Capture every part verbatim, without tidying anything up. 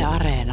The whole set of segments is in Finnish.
Areena.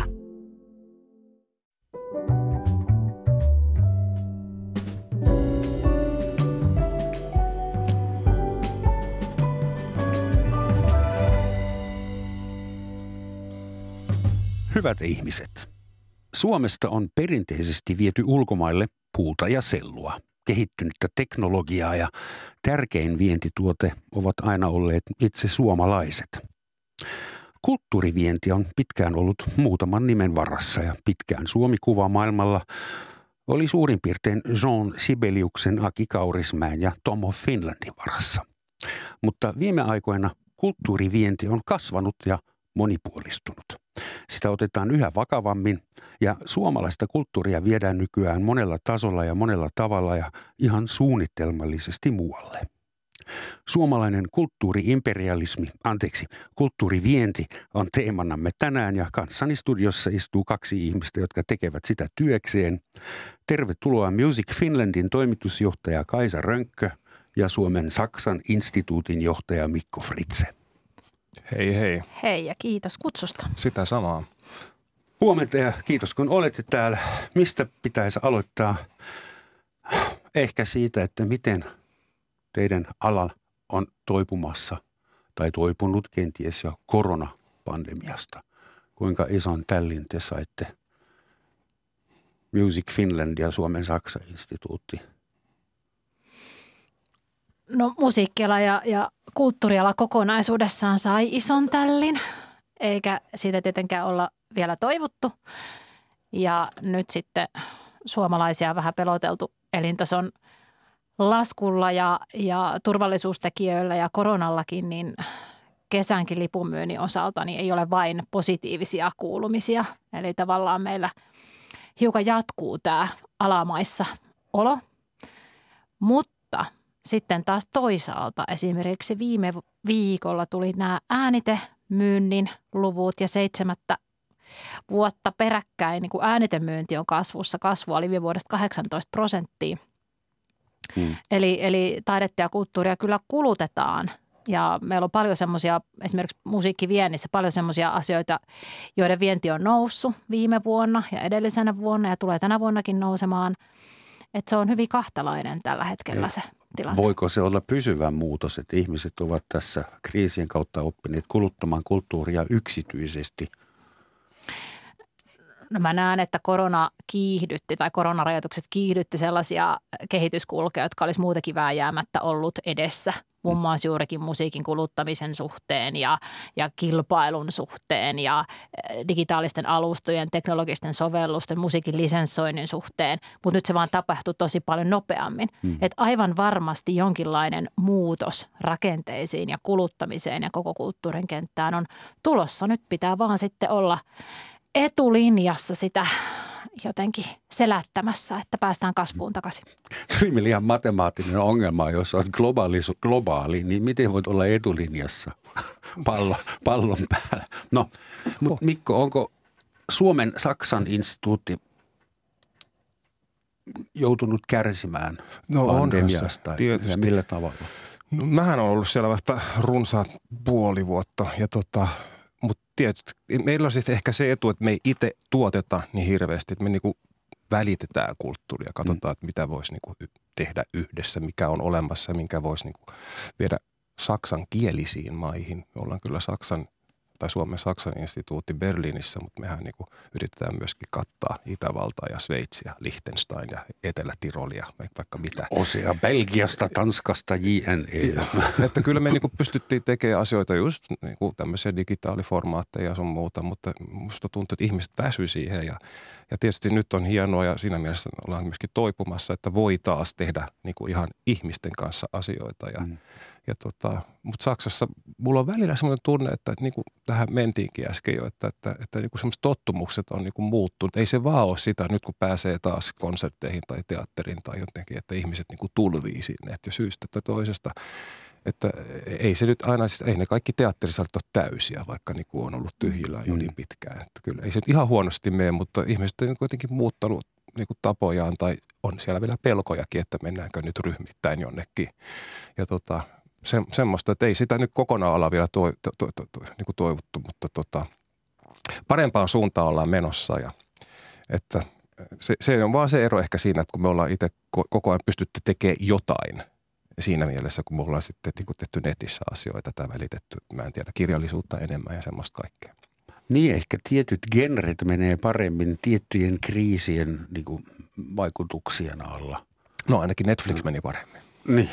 Hyvät ihmiset, Suomesta on perinteisesti viety ulkomaille puuta ja sellua, kehittynyttä teknologiaa ja tärkein vientituote ovat aina olleet itse suomalaiset. Kulttuurivienti on pitkään ollut muutaman nimen varassa ja pitkään Suomi-kuva maailmalla oli suurin piirtein Jean Sibeliuksen, Aki Kaurismäen ja Tom of Finlandin varassa. Mutta viime aikoina kulttuurivienti on kasvanut ja monipuolistunut. Sitä otetaan yhä vakavammin ja suomalaista kulttuuria viedään nykyään monella tasolla ja monella tavalla ja ihan suunnitelmallisesti muualle. Suomalainen kulttuuriimperialismi, anteeksi, kulttuurivienti on teemanamme tänään ja kanssani studiossa istuu kaksi ihmistä, jotka tekevät sitä työkseen. Tervetuloa Music Finlandin toimitusjohtaja Kaisa Rönkkö ja Suomen Saksan instituutin johtaja Mikko Fritze. Hei hei. Hei ja kiitos kutsusta. Sitä samaa. Huomenta ja kiitos kun olette täällä. Mistä pitäisi aloittaa? Ehkä siitä, että miten teidän ala on toipumassa tai toipunut kenties jo koronapandemiasta. Kuinka ison tällin te saitte Music Finland ja Suomen Saksan instituutti? No musiikkiala ja, ja kulttuuriala kokonaisuudessaan sai ison tällin, eikä siitä tietenkään olla vielä toivottu. Ja nyt sitten suomalaisia vähän peloteltu elintason laskulla ja, ja turvallisuustekijöillä ja koronallakin, niin kesänkin lipunmyynnin osalta niin ei ole vain positiivisia kuulumisia. Eli tavallaan meillä hiukan jatkuu tämä alamaissa olo, mutta sitten taas toisaalta esimerkiksi viime viikolla tuli nämä äänitemyynnin luvut ja seitsemättä vuotta peräkkäin niin kun äänitemyynti on kasvussa. Kasvu oli viime vuodesta kahdeksantoista prosenttia. Hmm. Eli, eli taidetta ja kulttuuria kyllä kulutetaan ja meillä on paljon semmoisia, esimerkiksi musiikkiviennissä paljon semmoisia asioita, joiden vienti on noussut viime vuonna ja edellisenä vuonna ja tulee tänä vuonnakin nousemaan. Että se on hyvin kahtalainen tällä hetkellä se tilanne. Voiko se olla pysyvä muutos, että ihmiset ovat tässä kriisien kautta oppineet kuluttamaan kulttuuria yksityisesti? No mä näen, että korona kiihdytti tai koronarajoitukset kiihdytti sellaisia kehityskulkuja, jotka olisi muutenkin vääjäämättä ollut edessä. Muun muassa juurikin musiikin kuluttamisen suhteen ja, ja kilpailun suhteen ja digitaalisten alustojen, teknologisten sovellusten, musiikin lisenssoinnin suhteen. Mutta nyt se vaan tapahtui tosi paljon nopeammin. Mm. Että aivan varmasti jonkinlainen muutos rakenteisiin ja kuluttamiseen ja koko kulttuurin kenttään on tulossa. Nyt pitää vaan sitten olla etulinjassa sitä jotenkin selättämässä, että päästään kasvuun takaisin. Tuli liian matemaattinen ongelma, jos on globaali, globaali, niin miten voit olla etulinjassa Pallo, pallon päällä? No, mutta Mikko, onko Suomen Saksan instituutti joutunut kärsimään no, pandemiasta ja millä tavalla? No, mähän on ollut siellä vasta runsaat puoli vuotta ja tota... Mutta tietysti meillä on siis ehkä se etu, että me ei itse tuoteta niin hirveästi, että me niinku välitetään kulttuuria, katsotaan, että mitä voisi niinku tehdä yhdessä, mikä on olemassa ja minkä voisi niinku viedä saksankielisiin maihin. Me ollaan kyllä Saksan tai Suomen Saksan instituutti Berliinissä, mutta mehän niinku yritetään myöskin kattaa Itävaltaa ja Sveitsiä, Liechtenstein ja Etelä-Tirolia, vaikka mitä. Osia Belgiasta, Tanskasta, jne. Että kyllä me niinku pystyttiin tekemään asioita just niinku tämmöisiä digitaaliformaatteja ja sun muuta, mutta musta tuntuu, että ihmiset väsy siihen ja, ja tietysti nyt on hienoa ja siinä mielessä ollaan myöskin toipumassa, että voi taas tehdä niinku ihan ihmisten kanssa asioita ja mm. Ja tota, mutta Saksassa mulla on välillä semmoinen tunne, että niin kuin tähän mentiinkin äsken jo, että, että, että niin kuin semmoiset tottumukset on niin kuin muuttunut. Ei se vaan ole sitä nyt kun pääsee taas konsertteihin tai teatteriin tai jotenkin, että ihmiset niin kuin tulvii sinne, että syystä tai toisesta. Että ei se nyt aina, siis ei ne kaikki teatterisalit ole täysiä, vaikka niin kuin on ollut tyhjillä jo niin pitkään. Että kyllä ei se nyt ihan huonosti mene, mutta ihmiset on kuitenkin muuttanut niin kuin tapojaan tai on siellä vielä pelkojakin, että mennäänkö nyt ryhmittäin jonnekin. Ja tota... Se, semmoista, että ei sitä nyt kokonaan olla vielä toi, to, to, to, to, niin kuin toivottu, mutta tota, parempaan suuntaan ollaan menossa ja että se, se on vaan se ero ehkä siinä, että kun me ollaan itse koko ajan pystytty tekemään jotain siinä mielessä, kun me ollaan sitten tehty netissä asioita tai välitetty, mä en tiedä, kirjallisuutta enemmän ja semmoista kaikkea. Niin, ehkä tietyt genret menee paremmin tiettyjen kriisien niin kuin, vaikutuksien alla. No ainakin Netflix meni paremmin. Niin,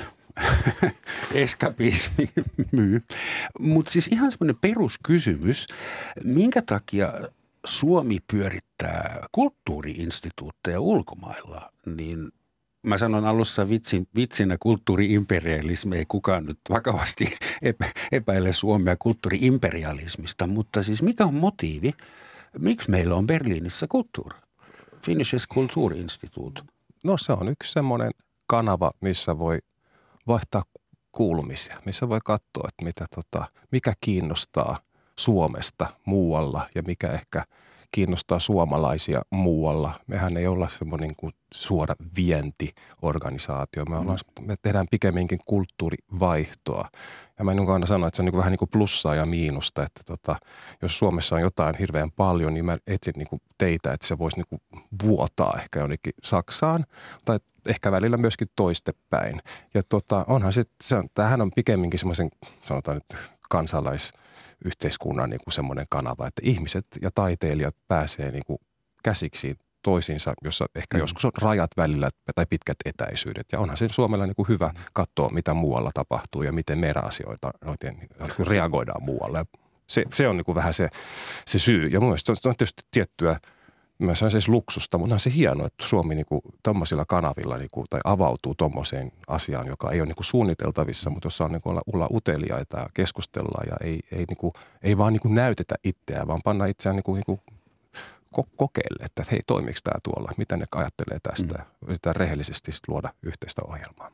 eskapismi myy. Mutta siis ihan semmoinen peruskysymys, minkä takia Suomi pyörittää kulttuuriinstituutteja ulkomailla, niin mä sanon alussa vitsin, vitsinä kulttuuri-imperialismi, ei kukaan nyt vakavasti epä, epäile Suomea kulttuuri-imperialismista, mutta siis mikä on motiivi, miksi meillä on Berliinissä kulttuuri, Finnisches Kultuurinstituut? No se on yksi semmoinen kanava, missä voi vaihtaa kuulumisia, missä voi katsoa, että mitä, tota, mikä kiinnostaa Suomesta muualla ja mikä ehkä kiinnostaa suomalaisia muualla. Mehän ei olla semmoinen niin kuin suora vientiorganisaatio. Me, ollaan, me tehdään pikemminkin kulttuurivaihtoa. Ja mä en aina sano, että se on niin kuin vähän niin kuin plussaa ja miinusta. Että tota, jos Suomessa on jotain hirveän paljon, niin mä etsin niin kuin teitä, että se voisi niin kuin vuotaa ehkä jonnekin Saksaan. Tai ehkä välillä myöskin toistepäin. Ja tota, onhan se, se on, tämähän on pikemminkin semmoisen, sanotaan nyt kansalais- yhteiskunnan niin kuin semmoinen kanava, että ihmiset ja taiteilijat pääsee niin kuin käsiksi toisiinsa, jossa ehkä mm. joskus on rajat välillä tai pitkät etäisyydet. Ja onhan se Suomella niin kuin hyvä katsoa, mitä muualla tapahtuu ja miten meidän asioita oikein niin reagoidaan muualla. Se, se on niin kuin vähän se, se syy. Ja mun mielestä se on tietysti tiettyä, mä sanon siis luksusta, mutta on se hienoa, että Suomi niin kuin tommosilla kanavilla niin kuin, tai avautuu tommoseen asiaan, joka ei ole niin kuin suunniteltavissa, mutta jossa on niin kuin olla, olla uteliaita ja keskustellaan ja ei, ei, niin kuin, ei vaan niin kuin näytetä itseään, vaan panna itseään niin kuin, niin kuin ko- kokeille, että hei, toimiiko tämä tuolla, mitä ne ajattelee tästä. Mm. Yritetään rehellisesti luoda yhteistä ohjelmaa.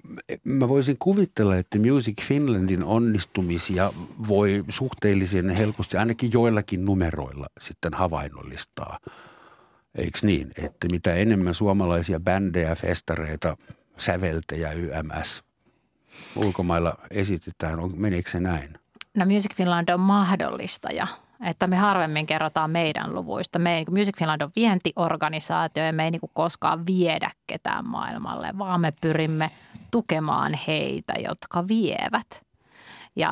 Mä voisin kuvitella, että Music Finlandin onnistumisia voi suhteellisen helposti ainakin joillakin numeroilla sitten havainnollistaa. Eikö niin, että mitä enemmän suomalaisia bändejä, festareita, säveltäjä, Y M S ulkomailla esitetään, on, meneekö se näin? No Music Finland on mahdollistaja, että me harvemmin kerrotaan meidän luvuista. Me, Music Finland on vientiorganisaatio ja me ei niin kuin koskaan viedä ketään maailmalle, vaan me pyrimme tukemaan heitä, jotka vievät. Ja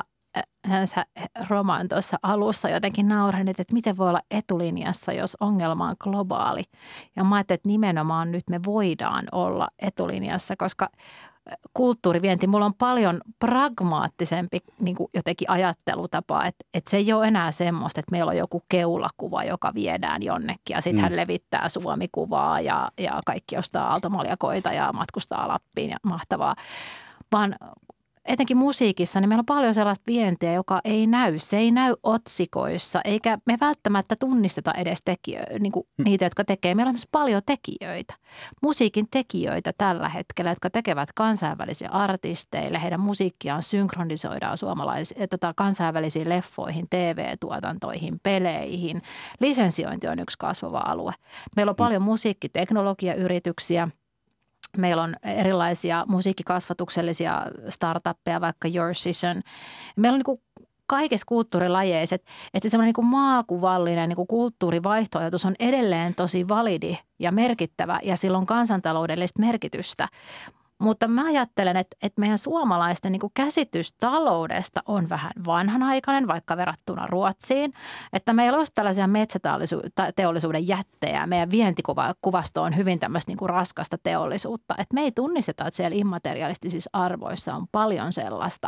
sä Roman tuossa alussa jotenkin naurahdit, että miten voi olla etulinjassa, jos ongelma on globaali. Ja mä ajattelin, että nimenomaan nyt me voidaan olla etulinjassa, koska kulttuurivienti, mulla on paljon pragmaattisempi niin kuin jotenkin ajattelutapa, että, että se ei ole enää semmoista, että meillä on joku keulakuva, joka viedään jonnekin ja sitten mm. hän levittää Suomi-kuvaa ja, ja kaikki ostaa aaltomaljakoita ja matkustaa Lappiin ja mahtavaa, vaan etenkin musiikissa, niin meillä on paljon sellaista vientiä, joka ei näy. Se ei näy otsikoissa, eikä me välttämättä tunnisteta edes tekijöitä, niin kuin niitä, jotka tekee. Meillä on myös paljon tekijöitä, musiikin tekijöitä tällä hetkellä, jotka tekevät kansainvälisiä artisteille. Heidän musiikkiaan synkronisoidaan suomalaisiin, tota, kansainvälisiin leffoihin, T V-tuotantoihin, peleihin. Lisensiointi on yksi kasvava alue. Meillä on paljon musiikkiteknologiayrityksiä. Meillä on erilaisia musiikkikasvatuksellisia startuppeja, vaikka Your Season. Meillä on niin kuin kaikissa kulttuurilajeissa, että se semmoinen niin kuin maakuvallinen niin kuin kulttuurivaihtoajatus on edelleen tosi validi ja merkittävä ja sillä on kansantaloudellista merkitystä. Mutta mä ajattelen, että, että meidän suomalaisten niin kuin käsitys taloudesta on vähän vanhanaikainen, vaikka verrattuna Ruotsiin. Että meillä olisi tällaisia metsäteollisuuden jättejä. Meidän vientikuvasto on hyvin tämmöistä niin kuin raskasta teollisuutta. Että me ei tunnisteta, että siellä immaterialistisissa arvoissa on paljon sellaista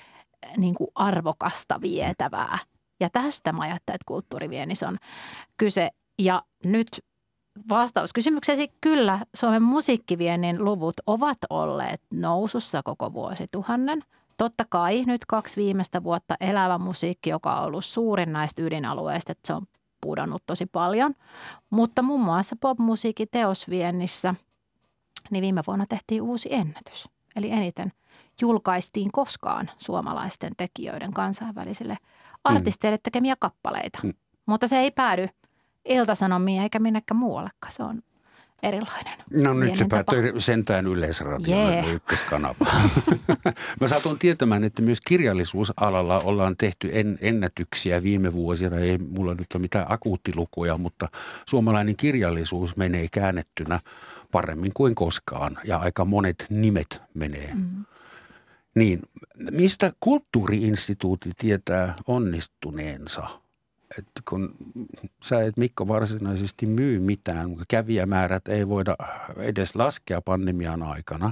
niin kuin arvokasta vietävää. Ja tästä mä ajattelen, että kulttuuriviennissä on kyse. Ja nyt vastaus kysymykseesi, kyllä Suomen musiikkiviennin luvut ovat olleet nousussa koko vuosituhannen. Totta kai nyt kaksi viimeistä vuotta elävä musiikki, joka on ollut suurin näistä ydinalueista, että se on pudonnut tosi paljon. Mutta muun muassa popmusiikin teosviennissä, niin viime vuonna tehtiin uusi ennätys. Eli eniten julkaistiin koskaan suomalaisten tekijöiden kansainvälisille artisteille tekemiä kappaleita. Mm. Mutta se ei päädy Ilta-Sanomiin eikä minnekään muuallekaan. Se on erilainen. No nyt se tapa. päätyi sentään Yleisradiolle Jee. ykköskanava. Mä satun tietämään, että myös kirjallisuusalalla ollaan tehty en, ennätyksiä viime vuosina. Ei mulla nyt ole mitään akuuttilukuja, mutta suomalainen kirjallisuus menee käännettynä paremmin kuin koskaan ja aika monet nimet menee. Mm. Niin, mistä kulttuuriinstituutti tietää onnistuneensa? Että kun sä et Mikko varsinaisesti myy mitään, kävijämäärät ei voida edes laskea pandemian aikana.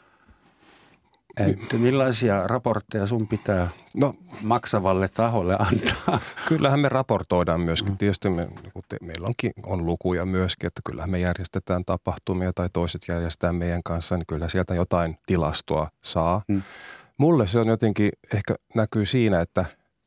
Että millaisia raportteja sun pitää no, maksavalle taholle antaa? Kyllähän me raportoidaan myöskin. Tietysti me, meillä onkin, on lukuja myöskin, että kyllähän me järjestetään tapahtumia tai toiset järjestetään meidän kanssa, niin kyllä sieltä jotain tilastoa saa. Hmm. Mulle se on jotenkin, ehkä näkyy siinä, että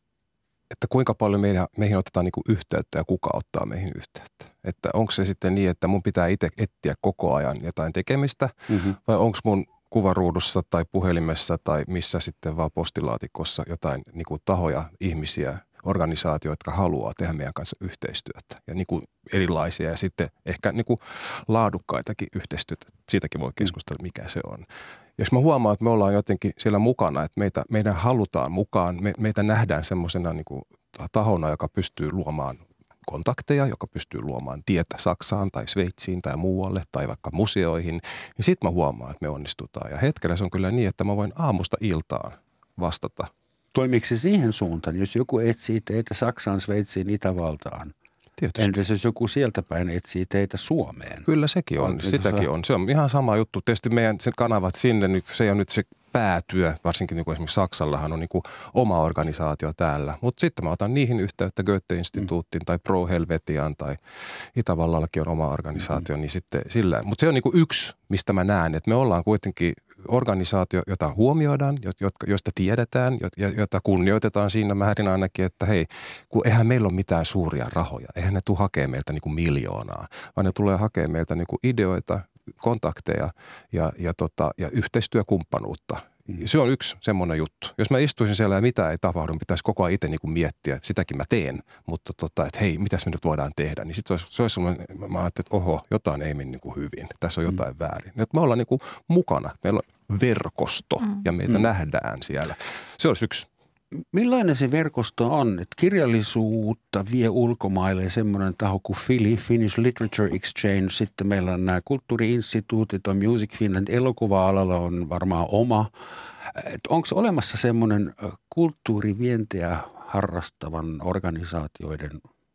että kuinka paljon meihin, meihin otetaan niin kuin yhteyttä ja kuka ottaa meihin yhteyttä. Että onko se sitten niin, että mun pitää itse etsiä koko ajan jotain tekemistä mm-hmm. vai onko mun kuvaruudussa tai puhelimessa tai missä sitten vaan postilaatikossa jotain niin kuin tahoja, ihmisiä, organisaatioita, jotka haluaa tehdä meidän kanssa yhteistyötä ja niin kuin erilaisia ja sitten ehkä niin kuin laadukkaitakin yhteistyötä. Siitäkin voi keskustella, mikä se on. Jos mä huomaan, että me ollaan jotenkin siellä mukana, että meitä, meidän halutaan mukaan, me, meitä nähdään semmoisena niin kuin tahona, joka pystyy luomaan kontakteja, joka pystyy luomaan tietä Saksaan tai Sveitsiin tai muualle tai vaikka museoihin, niin sitten mä huomaan, että me onnistutaan. Ja hetkellä se on kyllä niin, että mä voin aamusta iltaan vastata. Toimiiko se siihen suuntaan, jos joku etsii teitä Saksaan, Sveitsiin, Itävaltaan? Tietysti. Entäs jos joku sieltä päin etsii teitä Suomeen? Kyllä sekin on, on sitäkin on. Se on ihan sama juttu. Tietysti meidän sen kanavat sinne, nyt, se ei ole nyt se päätyö, varsinkin niin kuin esimerkiksi Saksallahan on niin kuin oma organisaatio täällä. Mutta sitten mä otan niihin yhteyttä Goethe-instituuttiin mm. tai Pro Helvetiaan tai Itävallallakin on oma organisaatio, mm. niin sitten sillä. Mutta se on niin kuin yksi, mistä mä näen, että me ollaan kuitenkin organisaatio, jota huomioidaan, josta tiedetään, jota kunnioitetaan siinä määrin ainakin, että hei, kun eihän meillä ole mitään suuria rahoja, eihän ne tule hakemaan meiltä niin kuin miljoonaa, vaan ne tulee hakemaan meiltä niin kuin ideoita, kontakteja ja, ja, tota, ja yhteistyökumppanuutta. Se on yksi semmoinen juttu. Jos mä istuisin siellä ja mitä ei tapahdu, pitäisi koko ajan itse niin kuin miettiä, sitäkin mä teen, mutta tota, että hei, mitäs me nyt voidaan tehdä, niin sitten se olisi, se olisi sellainen, mä ajattelin, että oho, jotain ei mene niin kuin hyvin, tässä on jotain mm. väärin. Nyt me ollaan niin kuin mukana, meillä on verkosto mm. ja meitä mm. nähdään siellä. Se olisi yksi. Millainen se verkosto on? Että kirjallisuutta vie ulkomaille semmoinen taho kuin F I L I, Finnish Literature Exchange. Sitten meillä on nämä kulttuuriinstituutit, on Music Finland, elokuva-alalla on varmaan oma. Onko olemassa semmoinen kulttuurivientiä harrastavan organisaatioiden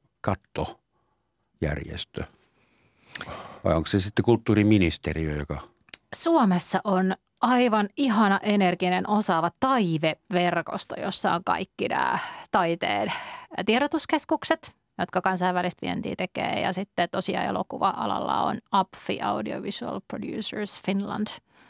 kattojärjestö? Vai onko se sitten kulttuuriministeriö, joka... Suomessa on aivan ihana, energinen, osaava Taive-verkosto, jossa on kaikki nämä taiteen tiedotuskeskukset, jotka kansainvälistä vientiä tekee. Ja sitten tosiaan elokuva-alalla on A P F I, Audiovisual Producers Finland.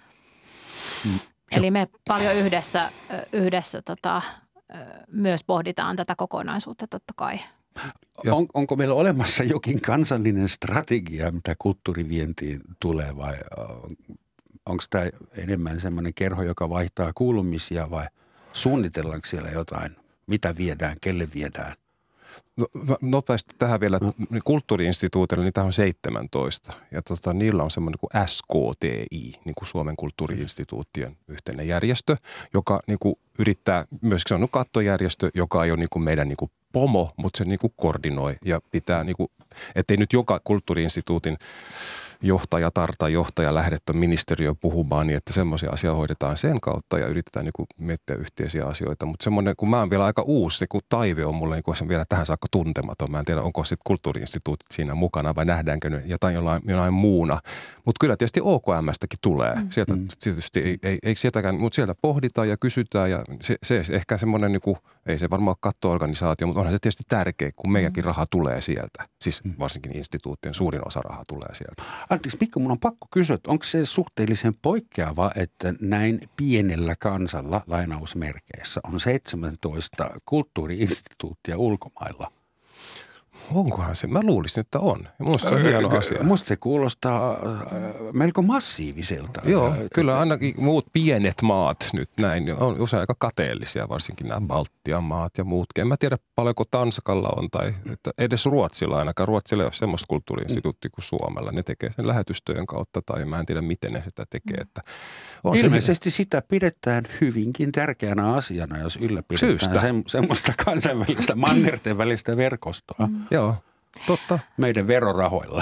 Mm. Eli me paljon yhdessä, yhdessä tota, myös pohditaan tätä kokonaisuutta totta kai. On, onko meillä olemassa jokin kansallinen strategia, mitä kulttuurivientiin tulee vai onko tämä enemmän semmoinen kerho, joka vaihtaa kuulumisia vai suunnitellaanko siellä jotain, mitä viedään, kelle viedään? No, nopeasti tähän vielä, että kulttuuriinstituutilla niitä on seitsemäntoista ja tota, niillä on semmoinen kuin S K T I, niin kuin Suomen kulttuuriinstituuttien yhteinen järjestö, joka niin kuin yrittää, myöskin se on kattojärjestö, joka ei ole niin kuin meidän niin kuin pomo, mutta se niin kuin koordinoi ja pitää, niin kuin, ettei nyt joka kulttuuriinstituutin johtaja, tarta, johtaja lähdettä ministeriöön puhumaan niin, että semmoisia asioita hoidetaan sen kautta ja yritetään niin kuin miettiä yhteisiä asioita. Mutta semmoinen, kun mä oon vielä aika uusi, se kun Taive on mulle niin kuin vielä tähän saakka tuntematon. Mä en tiedä, onko sitten kulttuuriinstituutit siinä mukana vai nähdäänkö ne jotain jollain, jollain muuna. Mutta kyllä tietysti O K M:stäkin tulee. Sieltä mm. tietysti ei, ei, ei sieltäkään, mutta sieltä pohditaan ja kysytään ja se, se ehkä semmoinen, niin kuin, ei se varmaan katto-organisaatio, mutta onhan se tietysti tärkeä, kun meidänkin raha tulee sieltä. Siis varsinkin instituuttien suurin osa rahaa tulee sieltä. Anteeksi Mikko, mun on pakko kysyä, että onko se suhteellisen poikkeava, että näin pienellä kansalla lainausmerkeissä on seitsemäntoista kulttuuriinstituuttia ulkomailla? onkohan se? Mä luulisin, että on. Minusta se on hieno asia. Musta se kuulostaa äh, melko massiiviselta. Joo, kyllä ainakin muut pienet maat nyt näin on usein aika kateellisia, varsinkin nämä Baltian maat ja muutkin. En mä tiedä paljonko Tanskalla on tai että edes Ruotsilla ainakaan. Ruotsilla ei ole semmoista kulttuuri-instituuttia kuin Suomella. Ne tekee sen lähetystyön kautta tai mä en tiedä miten ne sitä tekee. Että on ilmeisesti se, sitä pidetään hyvinkin tärkeänä asiana, jos ylläpidetään se, semmoista kansainvälistä mannerten välistä verkostoa. Mm. Joo, totta. Meidän verorahoilla.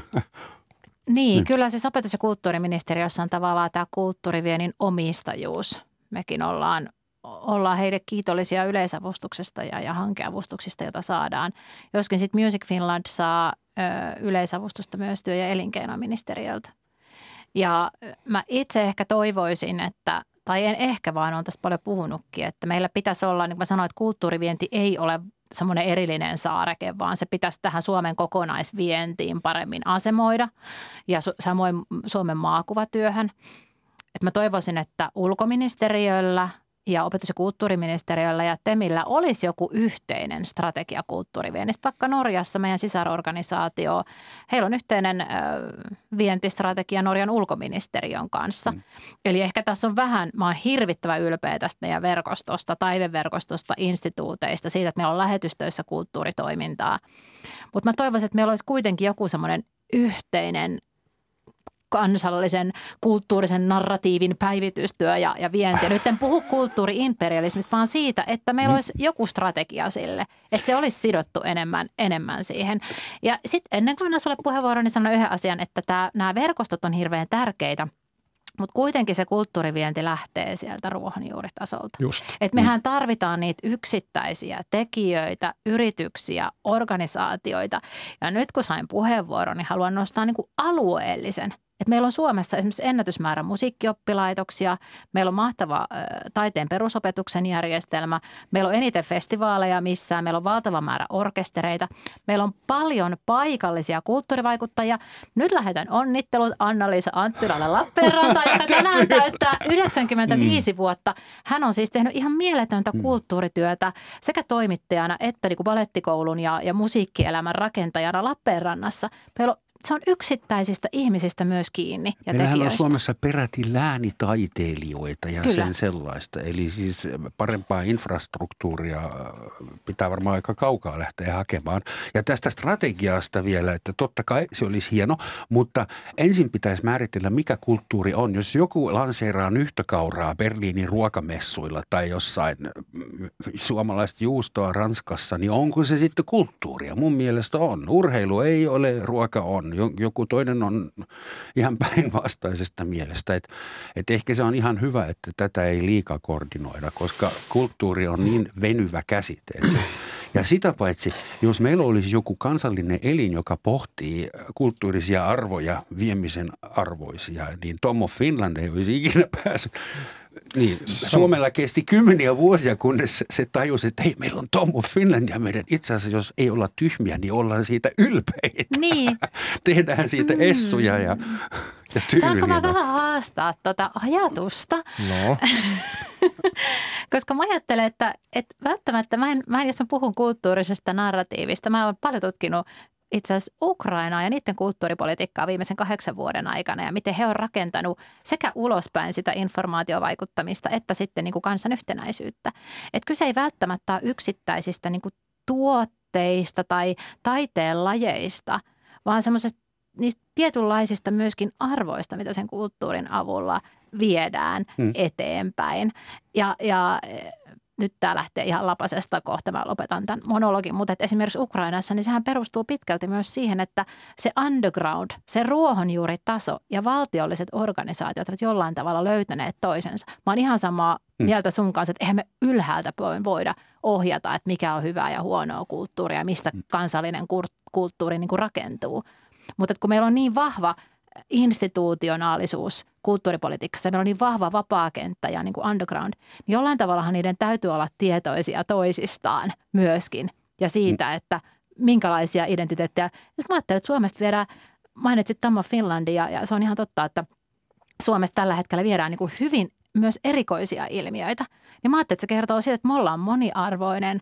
Niin, mm. kyllä siis opetus- ja kulttuuriministeriössä on tavallaan tämä kulttuuriviennin omistajuus. Mekin ollaan, ollaan heille kiitollisia yleisavustuksesta ja, ja hankeavustuksista, joita saadaan. Joskin sitten Music Finland saa ö, yleisavustusta myös työ- ja elinkeinoministeriöltä. Ja mä itse ehkä toivoisin, että, tai en ehkä vaan olen tästä paljon puhunutkin, että meillä pitäisi olla, niin kuin mä sanoin, että kulttuurivienti ei ole semmoinen erillinen saareke, vaan se pitäisi tähän Suomen kokonaisvientiin paremmin asemoida ja su- samoin Suomen maakuvatyöhön. Et mä toivoisin, että ulkoministeriöllä ja opetus- ja kulttuuriministeriöllä ja TEMillä olisi joku yhteinen strategia kulttuuriviennistä. Vaikka Norjassa meidän sisarorganisaatio, heillä on yhteinen ö, vientistrategia Norjan ulkoministeriön kanssa. Mm. Eli ehkä tässä on vähän, mä oon hirvittävän ylpeä tästä meidän verkostosta, taideverkostosta, instituuteista, siitä, että meillä on lähetystöissä kulttuuritoimintaa. Mutta mä toivoisin, että meillä olisi kuitenkin joku semmoinen yhteinen kansallisen kulttuurisen narratiivin päivitystyö ja, ja vienti. Ja nyt en puhu kulttuuri-imperialismista, vaan siitä, että meillä olisi joku strategia sille, että se olisi sidottu enemmän, enemmän siihen. Ja sitten ennen kuin annan sulle puheenvuoron, niin sanon yhden asian, että tämä, nämä verkostot on hirveän tärkeitä. Mutta kuitenkin se kulttuurivienti lähtee sieltä ruohonjuuritasolta. Just. Et mehän tarvitaan niitä yksittäisiä tekijöitä, yrityksiä, organisaatioita. Ja nyt kun sain puheenvuoron, niin haluan nostaa niinku alueellisen. Et meillä on Suomessa esimerkiksi ennätysmäärä musiikkioppilaitoksia, meillä on mahtava ä, taiteen perusopetuksen järjestelmä, meillä on eniten festivaaleja missään, meillä on valtava määrä orkestereita, meillä on paljon paikallisia kulttuurivaikuttajia. Nyt lähetän onnittelut Anna-Liisa Anttilalle Lappeenrantaan, joka tänään täyttää yhdeksänkymmentäviisi mm. vuotta. Hän on siis tehnyt ihan mieletöntä mm. kulttuurityötä sekä toimittajana että niin kuin balettikoulun ja, ja musiikkielämän rakentajana Lappeenrannassa. Meillä on Se on yksittäisistä ihmisistä myös kiinni ja Meillähän tekijöistä. on Suomessa peräti läänitaiteilijoita ja Kyllä. sen sellaista. Eli siis parempaa infrastruktuuria pitää varmaan aika kaukaa lähteä hakemaan. Ja tästä strategiasta vielä, että totta kai se olisi hieno, mutta ensin pitäisi määritellä, mikä kulttuuri on. Jos joku lanseeraa nyhtökauraa Berliinin ruokamessuilla tai jossain suomalaista juustoa Ranskassa, niin onko se sitten kulttuuria? Mun mielestä on. Urheilu ei ole, ruoka on. Joku toinen on ihan päinvastaisesta mielestä. Että et ehkä se on ihan hyvä, että tätä ei liikaa koordinoida, koska kulttuuri on niin venyvä käsite. Se, ja sitä paitsi, jos meillä olisi joku kansallinen elin, joka pohtii kulttuurisia arvoja, viemisen arvoisia, niin Tom of Finland ei olisi ikinä päässyt. Niin, Suomella kesti kymmeniä vuosia, kunnes se tajusi, että hei, meillä on Tom of Finland ja meidän itse asiassa, jos ei olla tyhmiä, niin ollaan siitä ylpeitä. Niin. Tehdään siitä essuja ja, ja tyyliä. Saanko mä vähän haastaa tuota ajatusta? No. Koska mä ajattelen, että, että välttämättä, mä en, mä en, jos mä puhun kulttuurisesta narratiivista, mä olen paljon tutkinut itse asiassa Ukrainaa ja niiden kulttuuripolitiikkaa viimeisen kahdeksan vuoden aikana ja miten he on rakentanut sekä ulospäin sitä informaatiovaikuttamista että sitten niin kuin kansan yhtenäisyyttä. Että kyse ei välttämättä ole yksittäisistä niin kuin tuotteista tai taiteen lajeista, vaan semmoisesta niistä tietynlaisista myöskin arvoista, mitä sen kulttuurin avulla viedään hmm. eteenpäin. Ja, ja nyt tämä lähtee ihan lapasesta kohta, mä lopetan tämän monologin, mutta esimerkiksi Ukrainassa, niin sehän perustuu pitkälti myös siihen, että se underground, se ruohonjuuritaso ja valtiolliset organisaatiot ovat jollain tavalla löytäneet toisensa. Mä oon ihan samaa mieltä sun kanssa, että eihän me ylhäältä voida ohjata, että mikä on hyvää ja huonoa kulttuuria ja mistä kansallinen kulttuuri niin kuin rakentuu. Mutta kun meillä on niin vahva institutionaalisuus kulttuuripolitiikassa, meillä on niin vahva vapaakenttä ja niin kuin underground, niin jollain tavallahan niiden täytyy olla tietoisia toisistaan myöskin ja siitä, että minkälaisia identiteettejä. Nyt mä ajattelen, että Suomesta viedään, mainitsit Tom of Finlandia ja se on ihan totta, että Suomesta tällä hetkellä viedään niin kuin hyvin myös erikoisia ilmiöitä. Niin mä ajattelin, että se kertoo siitä, että me ollaan moniarvoinen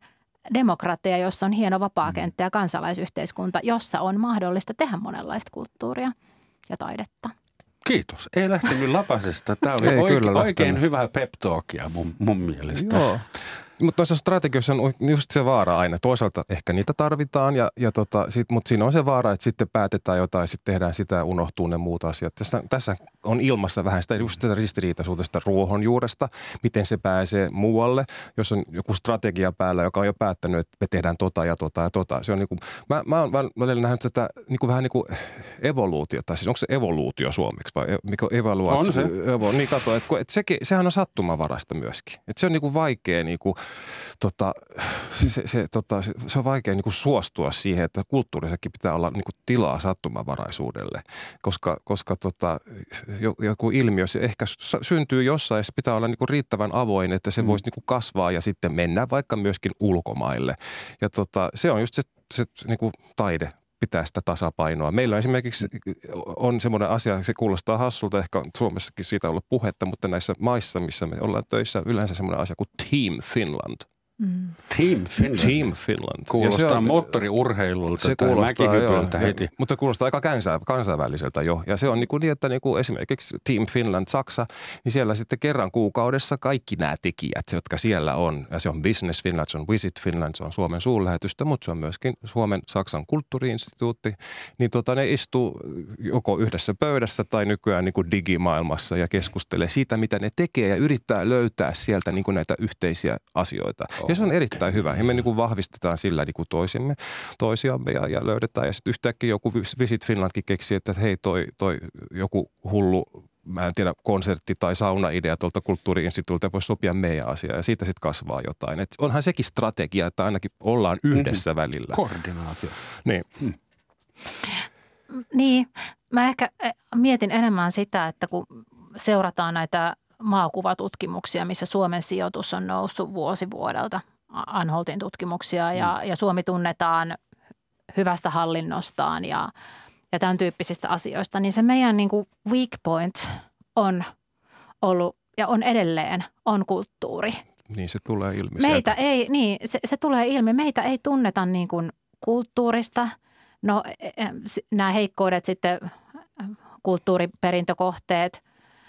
demokratia, jossa on hieno vapaakenttä ja kansalaisyhteiskunta, jossa on mahdollista tehdä monenlaista kulttuuria ja taidetta. Kiitos. Ei lähtenyt lapasesta. Tämä oli Ei oikein, oikein hyvä pep talkia mun, mun mielestä. Joo. Mutta noissa strategioissa on just se vaara aina. Toisaalta ehkä niitä tarvitaan, ja, ja tota, sit, mutta siinä on se vaara, että sitten päätetään jotain, sitten tehdään sitä ja unohtuu ne muut asiat. Tässä, tässä on ilmassa vähän sitä, just sitä ristiriitaisuudesta ruohonjuuresta, miten se pääsee muualle. Jos on joku strategia päällä, joka on jo päättänyt, että me tehdään tota ja tota ja tota. Se on niin kuin, mä, mä oon välillä nähnyt tätä niin kuin vähän niin kuin evoluutiota. Siis onko se evoluutio suomeksi vai mikä evaluaatio? On se. Evo, niin kato, että, että sekin, sehän on sattumanvaraista myöskin. Että se on niin kuin vaikea niin kuin, Tota, se, se, tota, se, se on vaikea niin kuin suostua siihen, että kulttuurissakin pitää olla niin kuin tilaa sattumanvaraisuudelle, koska, koska tota, joku ilmiö se ehkä syntyy jossain ja se pitää olla niin kuin riittävän avoin, että se mm. voisi niin kuin kasvaa ja sitten mennä vaikka myöskin ulkomaille. Ja tota, se on just se, se niin kuin taide. Pitää sitä tasapainoa. Meillä on esimerkiksi on semmoinen asia, se kuulostaa hassulta, ehkä Suomessakin siitä on ollut puhetta, mutta näissä maissa, missä me ollaan töissä, yleensä semmoinen asia kuin Team Finland. Mm. Team Finland. Team Finland. Kuulostaa on, moottoriurheilulta se tai mäkihypyltä heti. Mutta kuulostaa aika kansainväliseltä jo. Ja se on niin, kuin niin että niin kuin esimerkiksi Team Finland Saksa, niin siellä sitten kerran kuukaudessa kaikki nämä tekijät, jotka siellä on. Ja se on Business Finland, se on Visit Finland, se on Suomen suurlähetystö, mutta se on myöskin Suomen Saksan kulttuuriinstituutti. Niin tota, ne istuu joko yhdessä pöydässä tai nykyään niin kuin digimaailmassa ja keskustelee siitä, mitä ne tekee ja yrittää löytää sieltä niin kuin näitä yhteisiä asioita. Ja se on erittäin hyvä. Ja me niin kuin vahvistetaan sillä niin kuin toisimme, toisiamme ja, ja löydetään. Ja sitten yhtäkkiä joku Visit Finlandkin keksii, että hei toi, toi joku hullu, mä en tiedä, konsertti- tai saunaidea tuolta kulttuuri-instituutilta voisi sopia meidän asiaan. Ja siitä sitten kasvaa jotain. Et onhan sekin strategia, että ainakin ollaan yhdessä mm-hmm. välillä. Koordinaatio. Niin. Mm. Niin. Mä ehkä mietin enemmän sitä, että kun seurataan näitä maakuvatutkimuksia, missä Suomen sijoitus on noussut vuosi vuodelta, Anholtin tutkimuksia, ja, mm. ja Suomi tunnetaan hyvästä hallinnostaan ja, ja tämän tyyppisistä asioista, niin se meidän niin kuin weak point on ollut ja on edelleen, on kulttuuri. Niin se tulee ilmi. Meitä ei, niin se, se tulee ilmi. Meitä ei tunneta niin kuin kulttuurista. No nämä heikkoudet sitten, kulttuuriperintökohteet,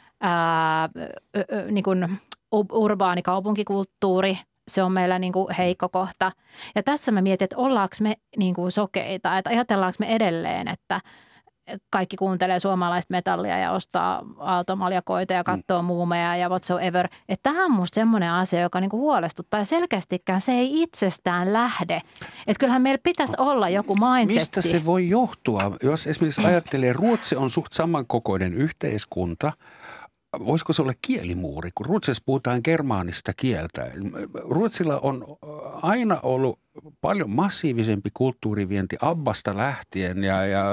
Ää, niin kuin urbaani kaupunkikulttuuri, se on meillä niin kuin heikko kohta. Ja tässä mä mietin, että ollaanko me niin kuin sokeita, että ajatellaanko me edelleen, että kaikki kuuntelee suomalaista metallia ja ostaa aaltomaljakoita ja katsoo mm. muumeja ja whatsoever. Että tämä on musta semmoinen asia, joka niinku huolestuttaa ja selkeästikään se ei itsestään lähde. Että kyllähän meillä pitäisi olla joku mindsetti. Mistä se voi johtua? Jos esimerkiksi ajattelee, Ruotsi on suht samankokoinen yhteiskunta. Voisiko se olla kielimuuri, kun Ruotsissa puhutaan germaanista kieltä? Ruotsilla on aina ollut paljon massiivisempi kulttuurivienti Abbasta lähtien ja, ja